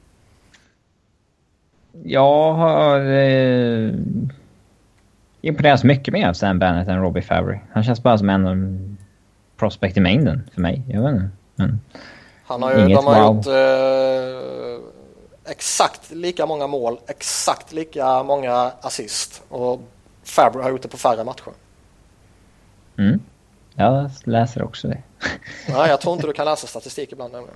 Jag har eh, imponerats mycket mer av Sam Bennett än Robbie Fabry. Han känns bara som en prospect i mängden för mig. Jag vet inte. Men han har ju, de har wow. gjort eh, exakt lika många mål, exakt lika många assist. Och Fabry har gjort det på färre matcher. Mm. Jag läser också det. Nej, jag tror inte du kan läsa statistik ibland nämligen.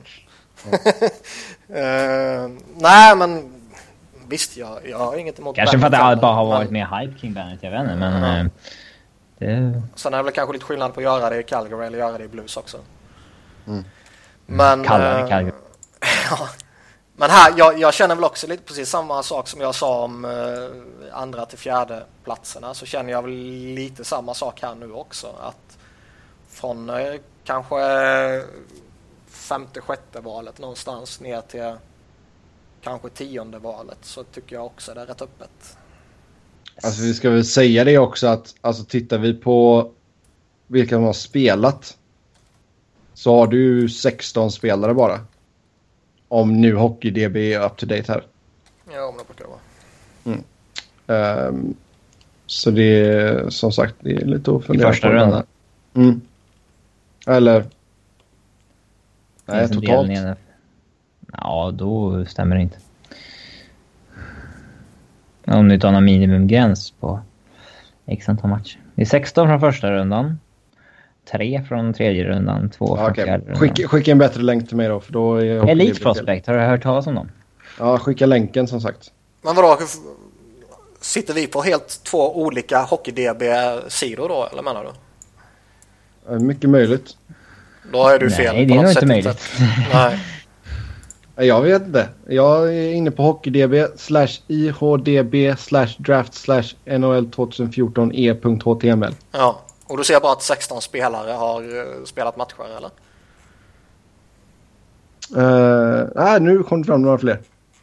uh, nej, men visst, jag, jag har inget emot kanske Bennett, för att det bara har varit men... mer hype kring Bennett, jag vet inte, men uh, det... Sen är det väl kanske lite skillnad på att göra det i Calgary eller göra det i Blues också. Mm. Men Calgary, uh, Calgary. Ja, men här, jag, jag känner väl också lite precis samma sak som jag sa om uh, andra till fjärde platserna, så känner jag väl lite samma sak här nu också, att från uh, kanske femte, sjätte valet någonstans ner till kanske tionde valet, så tycker jag också det är rätt öppet. Alltså vi ska väl säga det också att alltså tittar vi på vilka som har spelat så har du sexton spelare bara. Om nu HockeyDB är up to date här. Ja, om det brukar vara. Mm. Um, så det är som sagt det är lite att fundera på. I första rundan. Mm. Eller nej, totalt. Ja, då stämmer det inte. Om du tar någon minimumgräns på x antal matcher. Det är sexton från första rundan. tre från tredje rundan. två från okay. fjärde rundan. Skicka, skicka en bättre länk till mig då. För då är Elite Prospect, har du hört talas om dem? Ja, skicka länken som sagt. Men vadå? Sitter vi på helt två olika HockeyDB-sidor då, eller menar du? Mycket möjligt. Då är du fel. Nej, det är nog inte möjligt. Nej. Jag vet inte. Jag är inne på HockeyDB slash IHDB slash draft slash NHL tjugohundrafjorton e.html. Ja, Och du ser bara att sexton spelare har uh, spelat matcher, eller? Uh, nej, nu kom det fram några fler.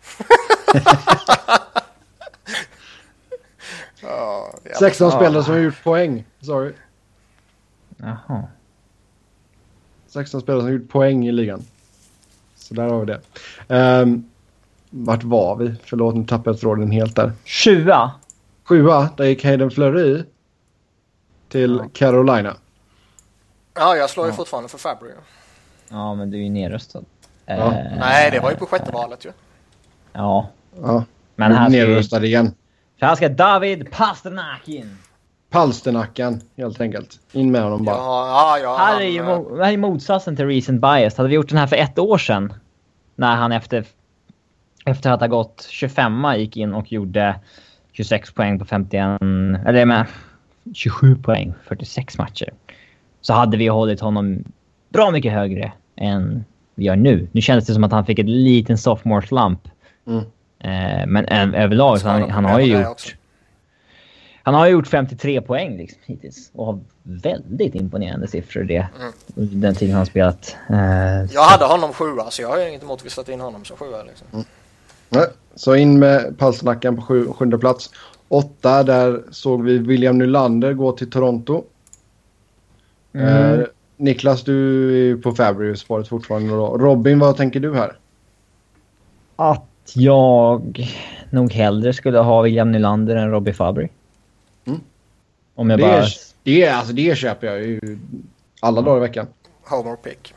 Ja, sexton ja. spelare som har gjort poäng. Sorry. Jaha. sexton spelare som har gjort poäng i ligan. Så där har vi det. Um, vart var vi? Förlåt, nu tappade jag tråden helt där. Sjua. Sjua, där gick Hayden Fleury till ja. Carolina. Ja, jag slår ju ja. fortfarande för Fabry. Ja, men du är ju nedröstad. Ja. Uh, Nej, det var ju på sjätte valet ju. Ja. Ja. Men här nedröstad igen. För här ska David Pasternak in. Palsternacken, helt enkelt. In med honom bara. Ja, ja, här, han, är ju mo- här är motsatsen till recent bias. Hade vi gjort den här för ett år sedan, när han efter, efter att ha gått tjugofem gick in och gjorde tjugosex poäng på femtioen, eller med tjugosju poäng, fyrtiosex matcher, så hade vi hållit honom bra mycket högre än vi gör nu. Nu kändes det som att han fick ett liten sophomore slump. Mm. Eh, men ö- överlag så han, han har ju gjort han har gjort femtiotre poäng liksom, hittills och har väldigt imponerande siffror det mm. den tiden han har spelat. Eh, jag hade honom sjua, så jag har ju inget emot att vi sätter in honom som sjua liksom. Mm. Nej, så in med Palsternacken på sju, sjunde plats. Åtta, där såg vi William Nylander gå till Toronto. Mm. Eh, Niklas, du är ju på Fabry-spåret fortfarande då. Robin, vad tänker du här? Att jag nog hellre skulle ha William Nylander än Robbie Fabry. Mm. Om jag det, bara... är, det, är, alltså, det köper jag ju alla dagar i veckan. Homer pick.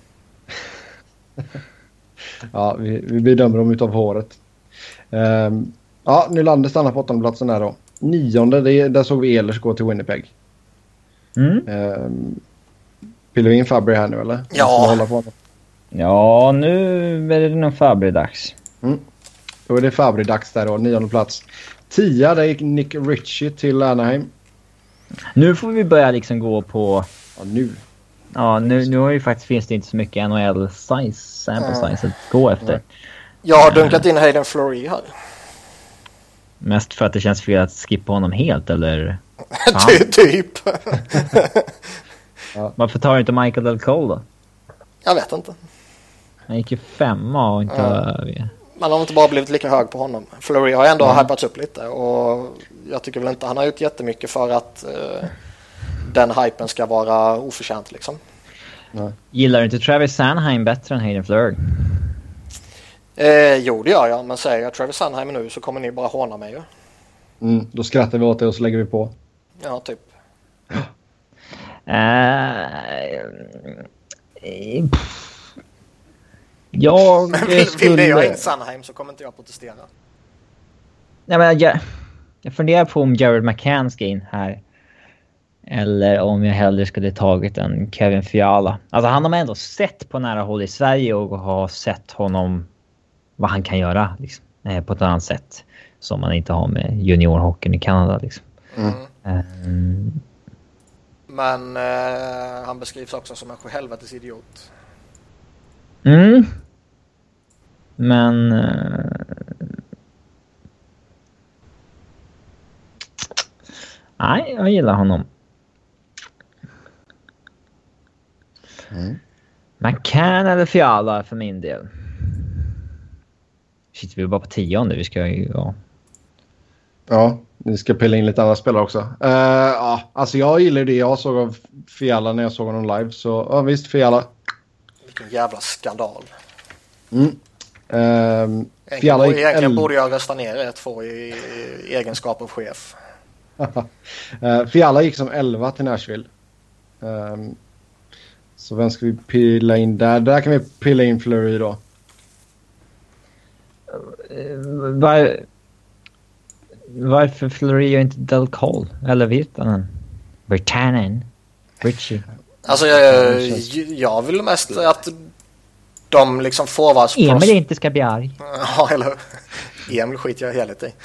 Ja, vi, vi bedömer dem utav håret. Um, ja, Nylander stannar på åttonde platsen där då. Nionde, det, där såg vi Ehlers gå till Winnipeg. Mm. Um, Pillar vi in Fabry här nu, eller? Ja. På ja, nu är det nog Fabry-dags. Mm. Då är det Fabry-dags där då, nionde plats. Tia, där gick Nick Ritchie till Anaheim. Nu får vi börja liksom gå på... Ja, nu. Ja, nu, nu har ju faktiskt, finns det inte så mycket N H L-size, sample size att gå efter. Nej. Jag har dunkat in Hayden Fleury här. Mest för att det känns fel att skippa honom helt, eller? Ty- typ. Ja. Varför tar du inte Michael Del Cole då? Jag vet inte. Han gick ju femma och inte... Ja. Man har inte bara blivit lika hög på honom. Fleury har ändå mm. hypats upp lite, och jag tycker väl inte han har gjort jättemycket för att uh, den hypen ska vara oförtjänt liksom. Nej. Gillar du inte Travis Sanheim bättre än Hayden Fleury? Eh, jo, det gör jag. Men säger jag Travis Sanheim nu så kommer ni bara håna mig ju. Mm, då skrattar vi åt det och så lägger vi på. Ja, typ. Uh, jag men vill, skulle... vill det jag in Sanheim så kommer inte jag protestera. Nej, men jag, jag funderar på om Jared McCann ska in här. Eller om jag hellre skulle tagit en Kevin Fiala. Alltså han har man ändå sett på nära håll i Sverige och har sett honom vad han kan göra liksom, eh, på ett annat sätt. Som man inte har med juniorhockeyn i Kanada liksom. Mm. Um, Men eh, han beskrivs också som en sjuhelvetes idiot. Mm. Men... Uh, nej, jag gillar honom. Mm. McCann eller Fiala för min del. Shit, vi är bara på tionde. Vi ska ju... Ja. Ja, ni ska pilla in lite andra spelare också. Uh, ja, alltså jag gillar det jag såg av Fiala när jag såg honom live. Så ja, visst, Fiala. Vilken jävla skandal. Mm. Uh, Fiala gick egentligen el- borde jag rösta ner er två i, i egenskap av chef. uh, Fiala gick som elva till Nashville. Um, så vem ska vi pilla in där? Där kan vi pilla in Fleury då. Uh, var, varför Fleury och inte Del Cole? Eller Virtanen? Virtanen? Richie? Alltså jag, jag vill mest att de liksom forwards... Emil inte ska bli arg. Ja, eller Emil skiter jag helt i.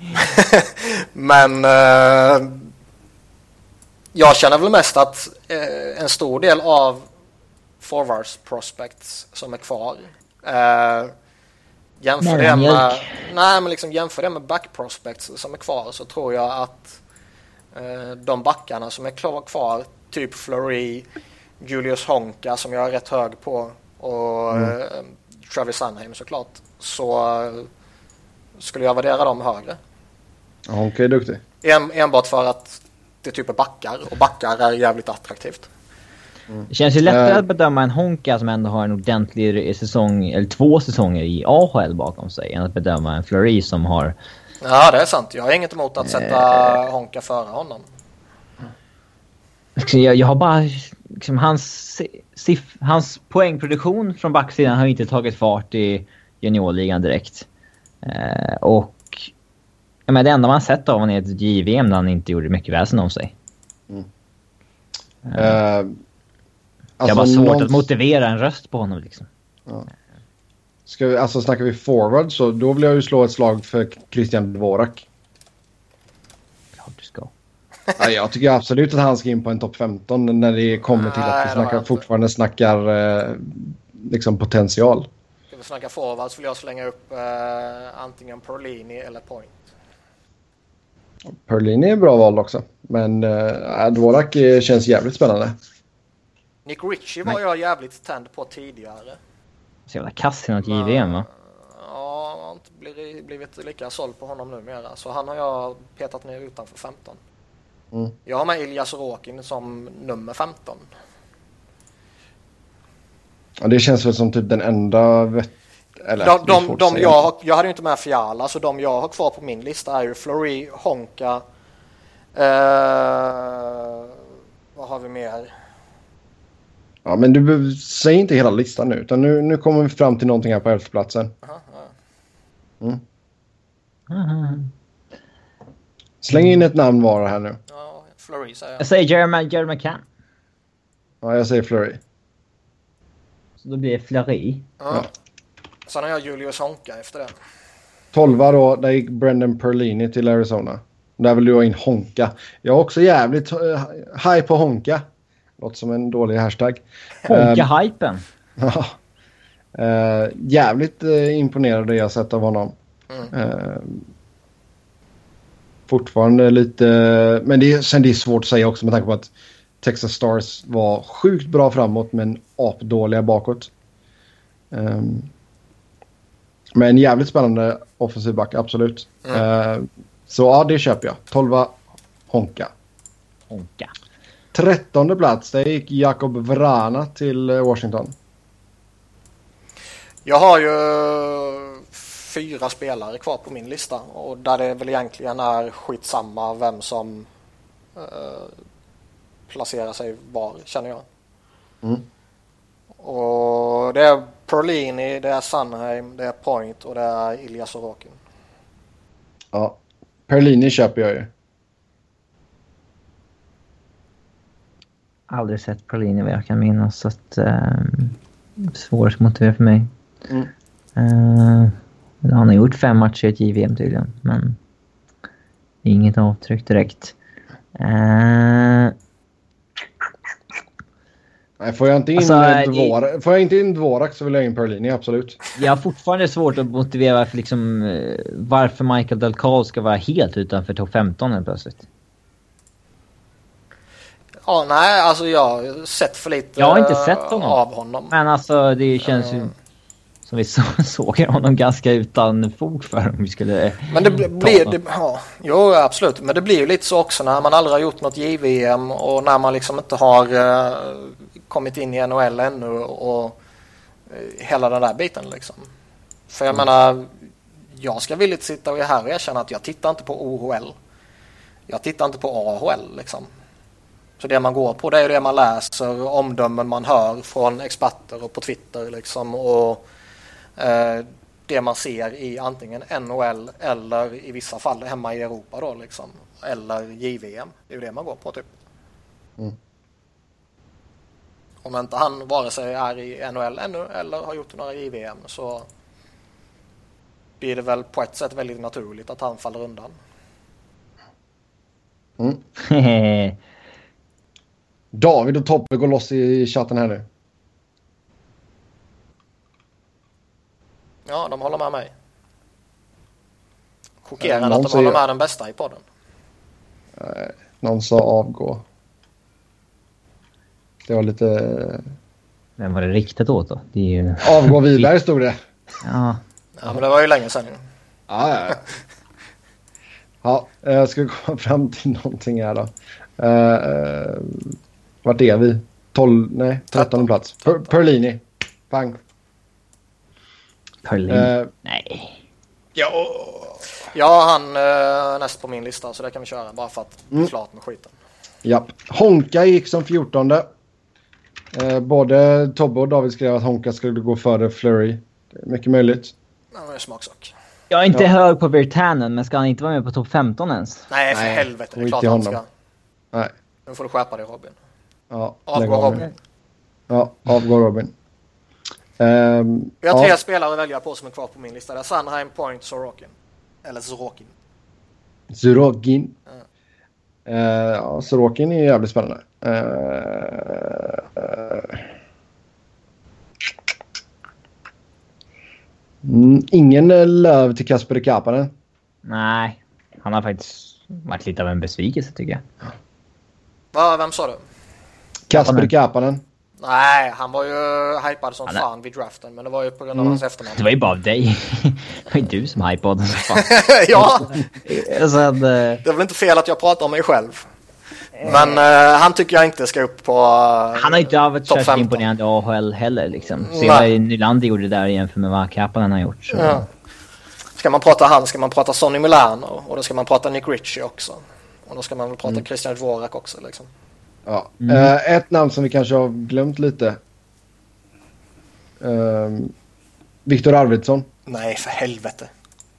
Men uh, jag känner väl mest att uh, en stor del av forwards prospects som är kvar uh, jämför det med, nej, men liksom jämför det med back prospects som är kvar, så tror jag att Eh, de backarna som är kvar, kvar typ Fleury, Julius Honka som jag är rätt hög på och mm. eh, Travis Sanheim såklart, så eh, skulle jag värdera dem högre. Ja, Honka är duktig. En, enbart för att det typ är backar och backar är jävligt attraktivt. Mm. Det känns ju lättare att bedöma en Honka som ändå har en ordentlig säsong eller två säsonger i A H L bakom sig än att bedöma en Fleury som har... Ja, det är sant. Jag har inget emot att sätta eh... Honka före honom. Jag, jag har bara... Liksom, hans, siff, hans poängproduktion från backsidan har inte tagit fart i juniorligan direkt. Eh, och ja, men det enda man sett av honom är ett J V M där han inte gjorde mycket väsen om sig. Mm. Eh... Uh... Alltså, det var svårt någon... att motivera en röst på honom liksom. Ja. Ska vi, alltså snackar vi forward så då vill jag ju slå ett slag för Christian Dvorak. Klart du ska. Ja, jag tycker absolut att han ska in på en topp femton när det kommer till att vi snackar, fortfarande snackar eh, liksom potential. Ska vi snacka forward så vill jag slänga upp eh, antingen Perlini eller Point. Perlini är bra val också. Men eh, Dvorak känns jävligt spännande. Nick Ritchie var Nej. jag jävligt tänd på tidigare. Så jävla kass i något J V M, va? Ja, jag har inte blivit, blivit lika såld på honom numera. Så han har jag petat ner utanför femton. Mm. Jag har med Ilja Sorokin som nummer femton. Ja, det känns väl som typ den enda... Vet... Eller, de, de, de jag, har, jag hade ju inte med Fiala, så de jag har kvar på min lista är ju Fleury, Honka... Eh, vad har vi mer? Ja, men du behöver, säg inte hela listan nu, utan nu, nu kommer vi fram till någonting här på elfteplatsen. Mm. Mm. Släng in ett namn var här nu. Ja, Fleury säger jag. Jag säger Jeremy, Jeremy McCann. Ja, jag säger Fleury. Så då blir det Fleury. Ja. Ja. Sen har jag Julius Honka efter det. Tolva då, där gick Brendan Perlini till Arizona. Där vill du ha in Honka. Jag är också jävligt uh, high på Honka. Låter som en dålig hashtag. Honka-hypen. Um, ja. Uh, jävligt uh, imponerad det jag sett av honom. Mm. Uh, fortfarande lite... Uh, men det, sen det är svårt att säga också med tanke på att Texas Stars var sjukt bra framåt men apdåliga bakåt. Um, men jävligt spännande offensiv back, absolut. Mm. Uh, så ja, det köper jag. tolva Honka. Honka. Trettonde plats, där gick Jakob Vrana till Washington. Jag har ju fyra spelare kvar på min lista och där det väl egentligen är skitsamma vem som eh, placerar sig var, känner jag. Mm. Och det är Perlini, det är Sanheim, det är Point och det är Ilja Sorokin. Ja, Perlini köper jag ju. Aldrig sett Perlini vad jag kan minnas, så att um, svårt att motivera för mig. Mm. Uh, han har gjort fem matcher i ett J V M tydligen, men inget avtryck direkt. Uh, Nej, får jag inte in alltså, Dvorak, det... får jag inte in Dvorak så vill jag in Perlini, absolut. Jag har fortfarande svårt att motivera varför, liksom, varför Michael Del Carl ska vara helt utanför topp femton helt plötsligt. Ja, nej, alltså jag har sett för lite jag har inte sett honom. av honom. Men alltså det känns ju som vi så, såg honom ganska utan fog för om vi skulle... Men det blir... Det, ja, jo, absolut. Men det blir ju lite så också när man aldrig har gjort något J V M och när man liksom inte har uh, kommit in i N H L ännu och uh, hela den där biten liksom. För jag mm. menar, jag ska villigt sitta och här och erkänna att jag tittar inte på O H L. Jag tittar inte på A H L liksom. Så det man går på, det är det man läser, omdömen man hör från experter och på Twitter liksom, och eh, det man ser i antingen N H L eller i vissa fall hemma i Europa då liksom, eller J V M. Det är ju det man går på typ. Mm. Om inte han vare sig är i N H L ännu eller har gjort några J V M så blir det väl på ett sätt väldigt naturligt att han faller undan. Mm. David och Toppe går loss i chatten här nu. Ja, de håller med mig. Chockerande att de säger... håller med den bästa i podden. Någon sa avgå. Det var lite... Vem var det riktat åt då? Det är ju... Avgå Wiberg stod det. Ja. Ja, men det var ju länge sedan. Ja, ja, ja. Ja, jag ska komma fram till någonting här då. Uh, vart är vi? tolv, nej, trettonde plats. Per, Perlini. Pang. Perlini. Uh, nej. Ja, ja han uh, näst på min lista, så det kan vi köra bara för att bli mm. klart med skiten. Ja, Honka gick som fjortonde. Uh, både Tobbe och David skrev att Honka skulle gå före Fleury. Det är mycket möjligt. Ja, det är smaksak. Jag är inte ja. hög på Virtanen, men ska han inte vara med på topp femton ens? Nej, för Nej, helvete. Det är klart han ska. Nej. Nu får du skärpa dig, Robin. Ja, avgå Robin. Ja, avgå Robin. Um, Vi har tre ja. spelare att välja på som är kvar på min lista. Det är Sanheim, Point, Sorokin. Eller Sorokin. Sorokin. Ja. Uh, ja, Sorokin är jävligt spännande. Uh, uh. Mm, ingen löv till Kasper Kapanen. Nej, han har faktiskt varit lite av en besvikelse tycker jag. Va, vem sa du? Kasper Kapanen. Nej, han var ju hypad som han fan vid draften, men det var ju på grund av mm. hans efternamn. Det var ju bara av dig. Det var ju du som hypade som fan. Ja, så att, uh... det är väl inte fel att jag pratar om mig själv. Men uh, han tycker jag inte ska upp på uh, han har inte varit särskilt imponerande i A H L heller liksom. Se vad Nylander gjorde där jämfört med vad Kapanen har gjort. Så. Ja. Ska man prata han, ska man prata Sonny Milano, och då ska man prata Nick Ritchie också. Och då ska man väl prata mm. Christian Dvorak också liksom. Ja. Mm. Uh, ett namn som vi kanske har glömt lite. Uh, Viktor Arvidsson. Nej, för helvete.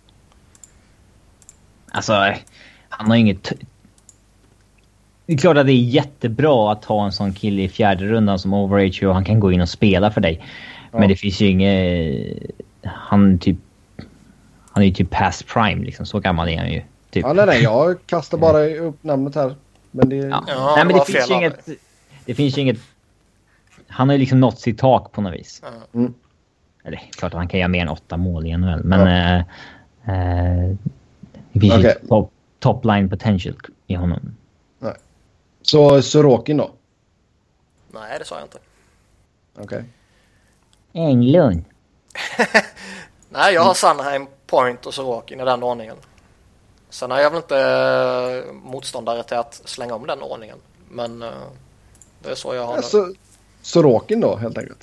Alltså, han har inget... Det är klart att det är jättebra att ha en sån kille i fjärde rundan som Overage och han kan gå in och spela för dig. Ja. Men det finns ju inget... Han typ... Han är ju typ past prime liksom. Så gammal är han ju. Typ. Ja, nej, nej. Jag kastar bara upp namnet här. Men det... Ja. Ja, nej, men det det finns ju inget... Det finns ju inget... Han har ju liksom nått sitt tak på något vis. Mm. Eller klart att han kan göra mer än åtta mål i N H L. Men... Ja. Äh, äh, det finns okay. ju top, top line potential i honom. Nej. Så Sorokin då? Nej, det sa jag inte. Okej. Okay. Englund. Nej, jag har Sanheim, Point och Sorokin i den ordningen. Sen är jag väl inte motståndare till att slänga om den ordningen. Men uh, det är så jag har ja, så, Sorokin då, helt enkelt.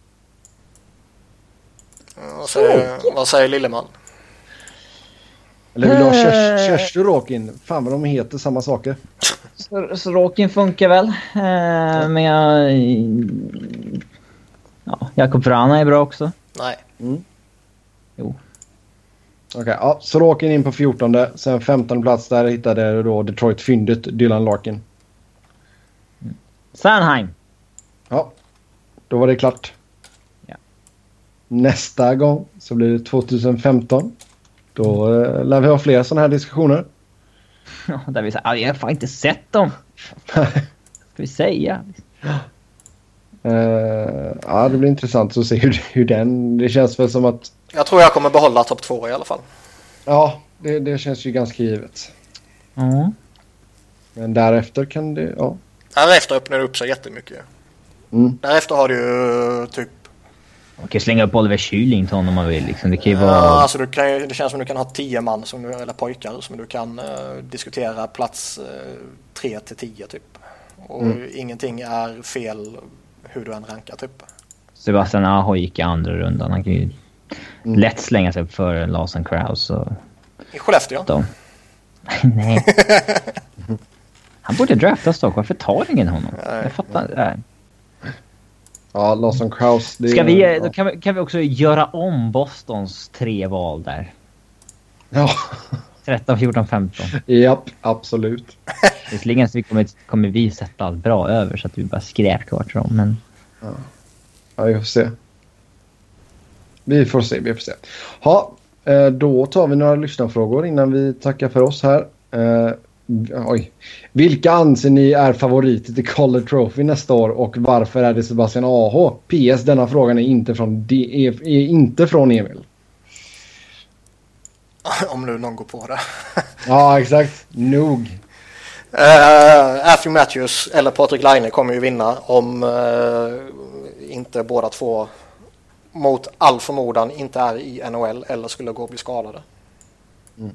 Uh, vad, säger, vad säger Lilleman? Eller vill du ha Kerstin? Fan vad de heter samma saker. Sorokin funkar väl. Uh, ja. Men jag... Ja, Jakob Vrana är bra också. Nej. Mm. Jo. Okej, okay, ja, Sorokin in på fjortonde. Sen femtonde plats där hittade då Detroit-fyndet Dylan Larkin. Mm. Sanheim. Ja, då var det klart. Ja. Nästa gång så blir det tjugohundrafemton. Då äh, lär vi ha fler sådana här diskussioner. Ja, där vi säger, jag har fan inte sett dem. Ska vi säga? Uh, ja, det blir intressant att se hur, hur den... Det känns väl som att... Jag tror jag kommer behålla topp två i alla fall. Ja, det, det känns ju ganska givet. Mm. Men därefter kan det... Ja. Därefter öppnar det upp sig jättemycket. Mm. Därefter har du ju typ... Man kan slänga upp Oliver Kylington om man vill. Liksom. Det kan ju vara... Ja, alltså du kan, det känns som du kan ha tio man som du, eller pojkar som du kan uh, diskutera plats uh, tre till tio typ. Och mm. ingenting är fel hur du än rankar typ. Sebastian Aho gick i andra rundan. Han kan ju mm. lätt slänga sig upp för Lawson Krause. Och... I Skellefteå? De... Nej. Han borde draftas dock. Varför tar ingen honom? Nej. Jag fattar inte. Ja, Lawson Krause. Det Ska vi, är, då kan vi, kan vi också göra om Bostons tre val där. Ja. tretton, fjorton, femton. Japp, absolut. Visserligen så kommer, kommer vi sätta allt bra över så att vi bara skräp kvar till dem. Men... Ja. Ja, vi får se. Vi får se, vi får se. Ja, då tar vi några lyssnarfrågor innan vi tackar för oss här. Uh, oj. Vilka anser ni är favoriter till Calder Trophy nästa år och varför är det Sebastian Aho? P S, denna frågan är inte från, D- är inte från Emil. Om nu någon går på det. Ja, exakt. Nog. Uh, Matthew Matthews eller Patrik Laine kommer ju vinna om uh, inte båda två mot all förmodan inte är i N H L eller skulle gå och bli skadade. Mm.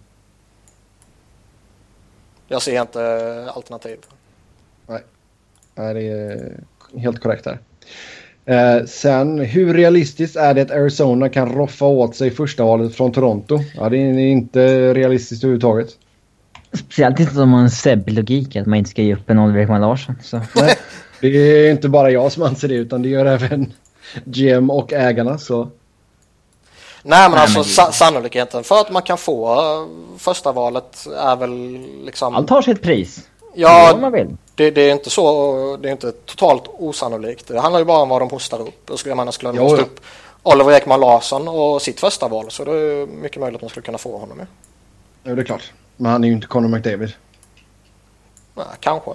Jag ser inte alternativ. Nej, Nej det är helt korrekt där. Eh, sen, hur realistiskt är det att Arizona kan roffa åt sig första valet från Toronto? Ja, det är inte realistiskt överhuvudtaget. Speciellt inte som en Seb-logik att man inte ska ge upp en Oliver Ekman Larsson. Så. Nej, det är inte bara jag som anser det utan det gör även G M och ägarna. Så. Nej men Nej, alltså men... Sa- sannolikheten för att man kan få uh, första valet är väl liksom... Allt har sitt pris. Ja, man vill. Det, det är inte så, det är inte totalt osannolikt. Det handlar ju bara om vad de hostar upp. Och skulle man skulle jo, hosta upp Oliver Ekman Larsson och sitt första val så det är mycket möjligt att man skulle kunna få honom med. Ja, det är klart. Men han är ju inte Connor McDavid. Nej, kanske.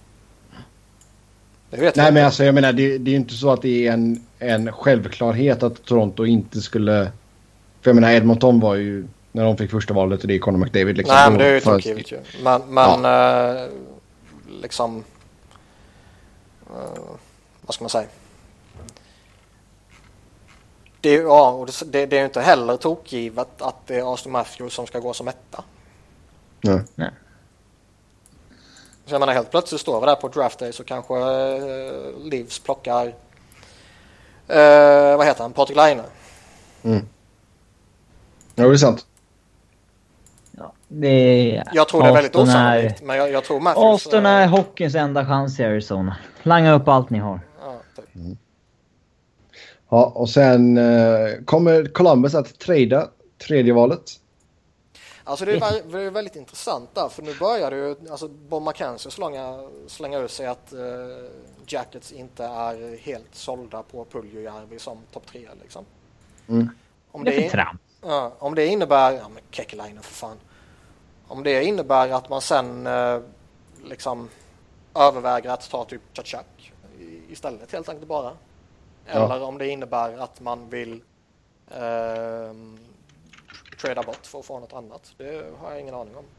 Det vet Nej, jag. men alltså jag menar, det, det är ju inte så att det är en, en självklarhet att Toronto inte skulle... För jag menar, Edmonton var ju, när de fick första valet, och det är Connor McDavid liksom. Nej, men det är ju tråkigt ju. Men, men ja. eh, liksom... Eh, vad ska man säga? Det är, ja, och det, det är ju inte heller tokgivet att det är Auston Matthews som ska gå som etta. Nej. Nej. Så jag menar, helt plötsligt står vi där på draft day så kanske eh, Leafs plockar eh, vad heter han? Patrik Laine. Mm. Ja, det är sant. Ja, det är... Jag tror det är väldigt osannolikt, men jag, jag tror Matthews... Auston är hockeyns enda chans i Arizona. Langa upp allt ni har. Ja, typ. Mm. Ja, och sen eh, kommer Columbus att trada tredje valet. Alltså det är, det är väldigt intressant där, för nu börjar det ju, alltså Bob McKenzie slänga, slänga ut sig att uh, Jackets inte är helt sålda på Puljujärvi som topp tre liksom. Mm. Om det, det är ja, om det innebär, ja men Kekalainen för fan. Om det innebär att man sen uh, liksom överväger att ta typ Tchak istället helt enkelt bara. Eller ja. Om det innebär att man vill uh, trada bort för att få något annat. Det har jag ingen aning om.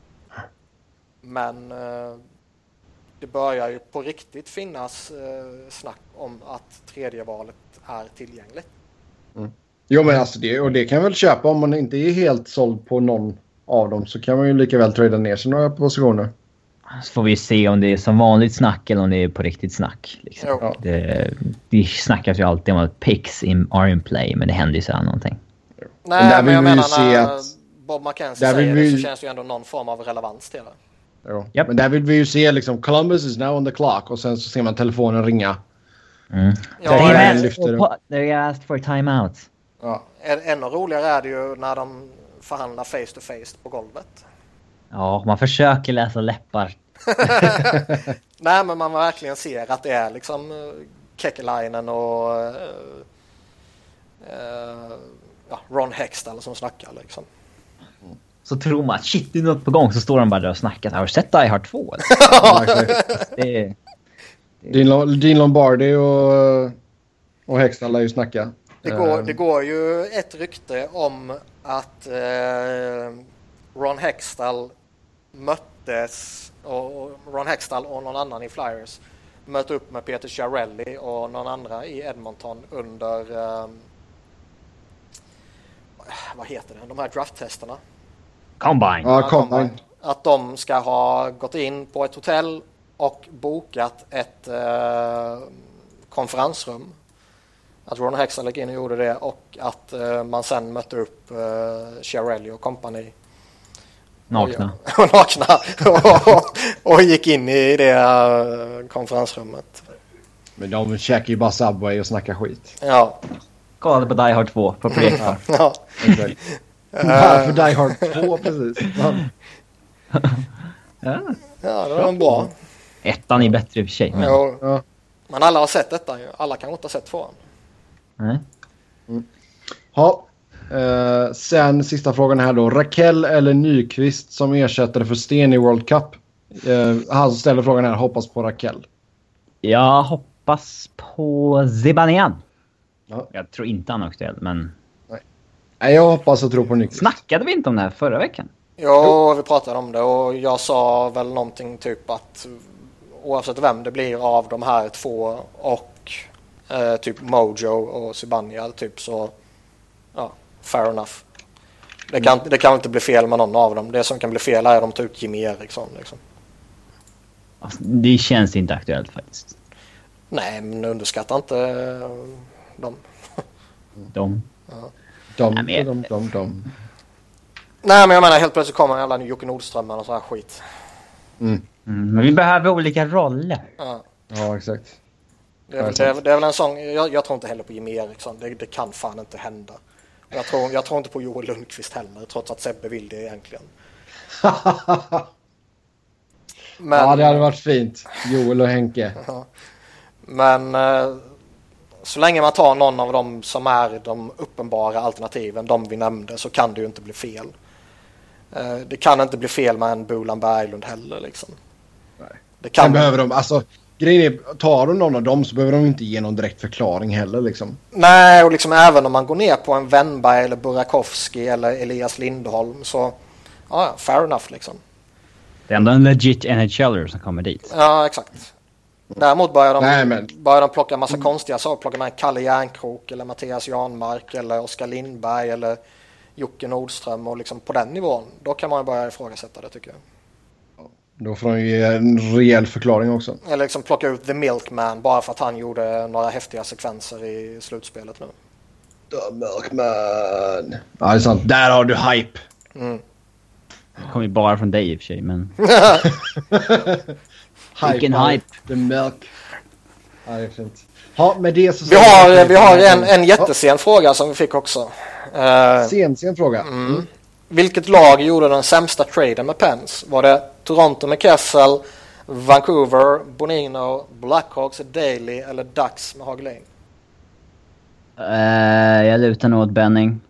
Men eh, det börjar ju på riktigt finnas eh, snack om att tredje valet är tillgängligt. Mm. Jo men alltså det, och det kan väl köpa om man inte är helt såld på någon av dem, så kan man ju lika väl trada ner sig några positioner. Så får vi se om det är som vanligt snack eller om det är på riktigt snack. Liksom. Ja. Det, det snackas ju alltid om att picks in, are in play, men det händer ju sällan någonting. Nej, men, men jag menar när att Bob McKenzie säger vi... det så känns det ju ändå någon form av relevans till det. Jo. Yep. Men där vill vi ju se liksom Columbus is now on the clock och sen så ser man telefonen ringa. Mm. Ja, they asked for timeout. Ja. Ännu roligare är det ju när de förhandlar face to face på golvet. Ja, man försöker läsa läppar. Nej, men man verkligen ser att det är liksom Kekalainen och uh, uh, ja, Ron Hextall som snackar liksom. Mm. Så tror man att shit, det är något på gång, så står de bara där och snackar. Har du sett Die Hard två? det är, det är... Dean Lombardi och, och Hextall är ju snacka. Det går, det går ju ett rykte om att eh, Ron Hextall möttes och Ron Hextall och någon annan i Flyers mötte upp med Peter Chiarelli och någon andra i Edmonton under eh, vad heter det? De här drafttesterna. Combine. Ja, Combine. Att de ska ha gått in på ett hotell och bokat ett eh, konferensrum. Att Ron Hextall gick in och gjorde det och att eh, man sen mötte upp eh, Chiarelli och company. Nakna. Och, och nakna. och, och gick in i det uh, konferensrummet. Men de käkar ju bara Subway och snackar skit. Ja. Kollade på Die Hard två på projekten. Ja. Exakt. Varför Die Hard två precis? ja. Ja, det var bra. Ettan är bättre i och för sig. Men... Ja. Ja. Men alla har sett detta ju. Alla kan inte ha sett tvåan. Nej. Mm. Ja. Uh, sen sista frågan här då. Rakell eller Nyqvist som ersättare för Sten i World Cup? Uh, han ställer frågan här. Hoppas på Rakell. Jag hoppas på Zibanejad. Ja. Jag tror inte han är aktuell, men... Nej. Nej, jag hoppas och tror på Nyqvist. Snackade vi inte om det här förra veckan? Ja, vi pratade om det och jag sa väl någonting typ att oavsett vem det blir av de här två och eh, typ Mojo och Zibanejad typ så ja, fair enough. Det kan, det kan inte bli fel med någon av dem. Det som kan bli fel är att de tar ut Jimmy Eriksson liksom. Alltså, det känns inte aktuellt faktiskt. Nej, men underskatta inte dem. De. Ja. De, Nej, men- de, de, de. Nej, men jag menar helt plötsligt kommer en jävla Jocke Nordström och så här skit. Mm. Mm, men vi behöver olika roller. Ja. Ja, exakt. Det är, väl, det, är, det är väl en sån, jag, jag tror inte heller på Jimmy Eriksson. Det, det kan fan inte hända. Jag tror, jag tror inte på Joel Lundqvist heller, trots att Sebbe vill det egentligen. Men, Ja, det hade varit fint. Joel och Henke. men eh, så länge man tar någon av dem som är de uppenbara alternativen, de vi nämnde, så kan det ju inte bli fel. Eh, det kan inte bli fel med en Bolan Berglund heller liksom. Nej. Det kan Sen behöver de, alltså grejen är, tar du någon av dem så behöver de inte ge någon direkt förklaring heller liksom. Nej, och liksom även om man går ner på en Wennberg eller Burakovsky eller Elias Lindholm så ja, fair enough liksom. Det är ändå en legit N H L-er som kommer dit. Ja, exakt. Däremot börjar de, Nej, men- börjar de plocka massa konstiga saker. Plocka med Kalle Järnkrok eller Mattias Janmark eller Oskar Lindberg eller Jocke Nordström och liksom på den nivån. Då kan man börja ifrågasätta det tycker jag. Då får de ge en rejäl förklaring också. Eller liksom plocka ut The Milkman bara för att han gjorde några häftiga sekvenser i slutspelet nu. The Milkman. Ja, det är sant. Där har du hype. Mm. Det kommer ju bara från dig i och för sig, men... Vilken av hype. The Milk. Ja, det är fint. Ja, med det så... Vi har, vi har en, en jättesen fråga som vi fick också. Uh, Sen, sen fråga. Mm. Vilket lag gjorde den sämsta traden med Pens? Var det Toronto med Kessel, Vancouver, Bonino, Blackhawks, Daly eller Ducks med Hagelin? Uh, jag lutar nog åt Benning.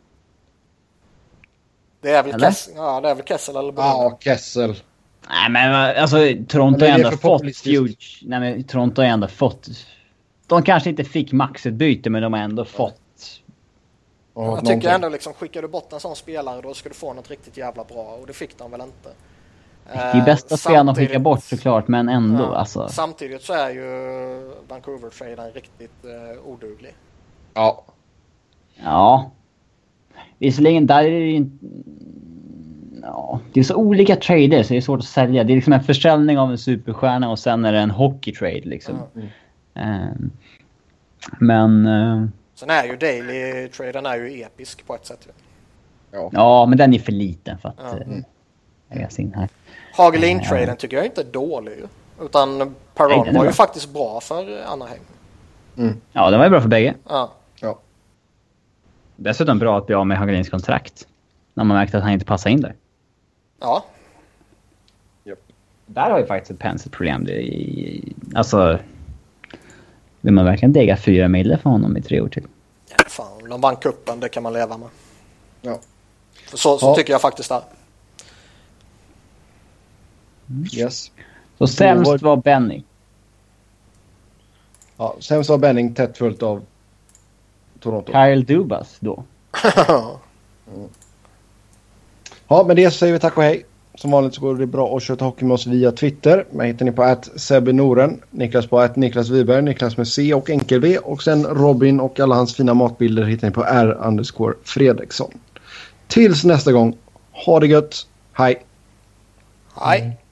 Det är väl Eller? Kessel, ja, det är väl Kessel eller Bonino? Ja, Kessel. Nej, men alltså Toronto Men har det är ändå för fått populistiskt. huge... Nej, men Toronto har ändå fått... De kanske inte fick maxutbyte, men de har ändå fått... Och Jag någonting. tycker ändå liksom skickar du bort en sån spelare då ska du få något riktigt jävla bra och det fick de väl inte. Det är bästa spelarna att skicka samtidigt- bort såklart, men ändå Ja, alltså. Samtidigt så är ju Vancouver-traden riktigt eh, oduglig. Ja. Ja. Visserligen, där är det ju inte... Ja, det är så olika trader så det är svårt att sälja. Det är liksom en försäljning av en superstjärna och sen är det en hockey-trade liksom. Ja. Ehm, men... eh, Sen är ju Daily-traden är ju episk på ett sätt. Ju. Ja. ja, men den är för liten för att Ja. uh, läggas in här. Hagelin-traden tycker jag inte är dålig. Ju. Utan Nej, Perron den är var ju bra. faktiskt bra för Anaheim. Ja, det var ju bra för bägge. Ja. Ja. Dessutom bra att bli av med Hagelins kontrakt. När man märkte att han inte passade in där. Ja. Där har ju faktiskt ett Pence ett problem. Det är, alltså... Vill man verkligen dega fyra mille för honom i tre år till? Ja, fan, de vann kuppen, det kan man leva med. Ja. För så, så Ja. tycker jag faktiskt det. Yes. Så sämst var Benny. Ja, sen så var Benning tätt följt av Toronto. Kyle Dubas då. Ja, med det så säger vi tack och hej. Som vanligt så går det bra att köta hockey med oss via Twitter. Man hittar ni på att Sebbe Noren, Niklas på att Niklas Wiberg, Niklas med C och enkel V. Och sen Robin och alla hans fina matbilder hittar ni på R underscore Fredriksson. Tills nästa gång, ha det gött. Hej! Hej.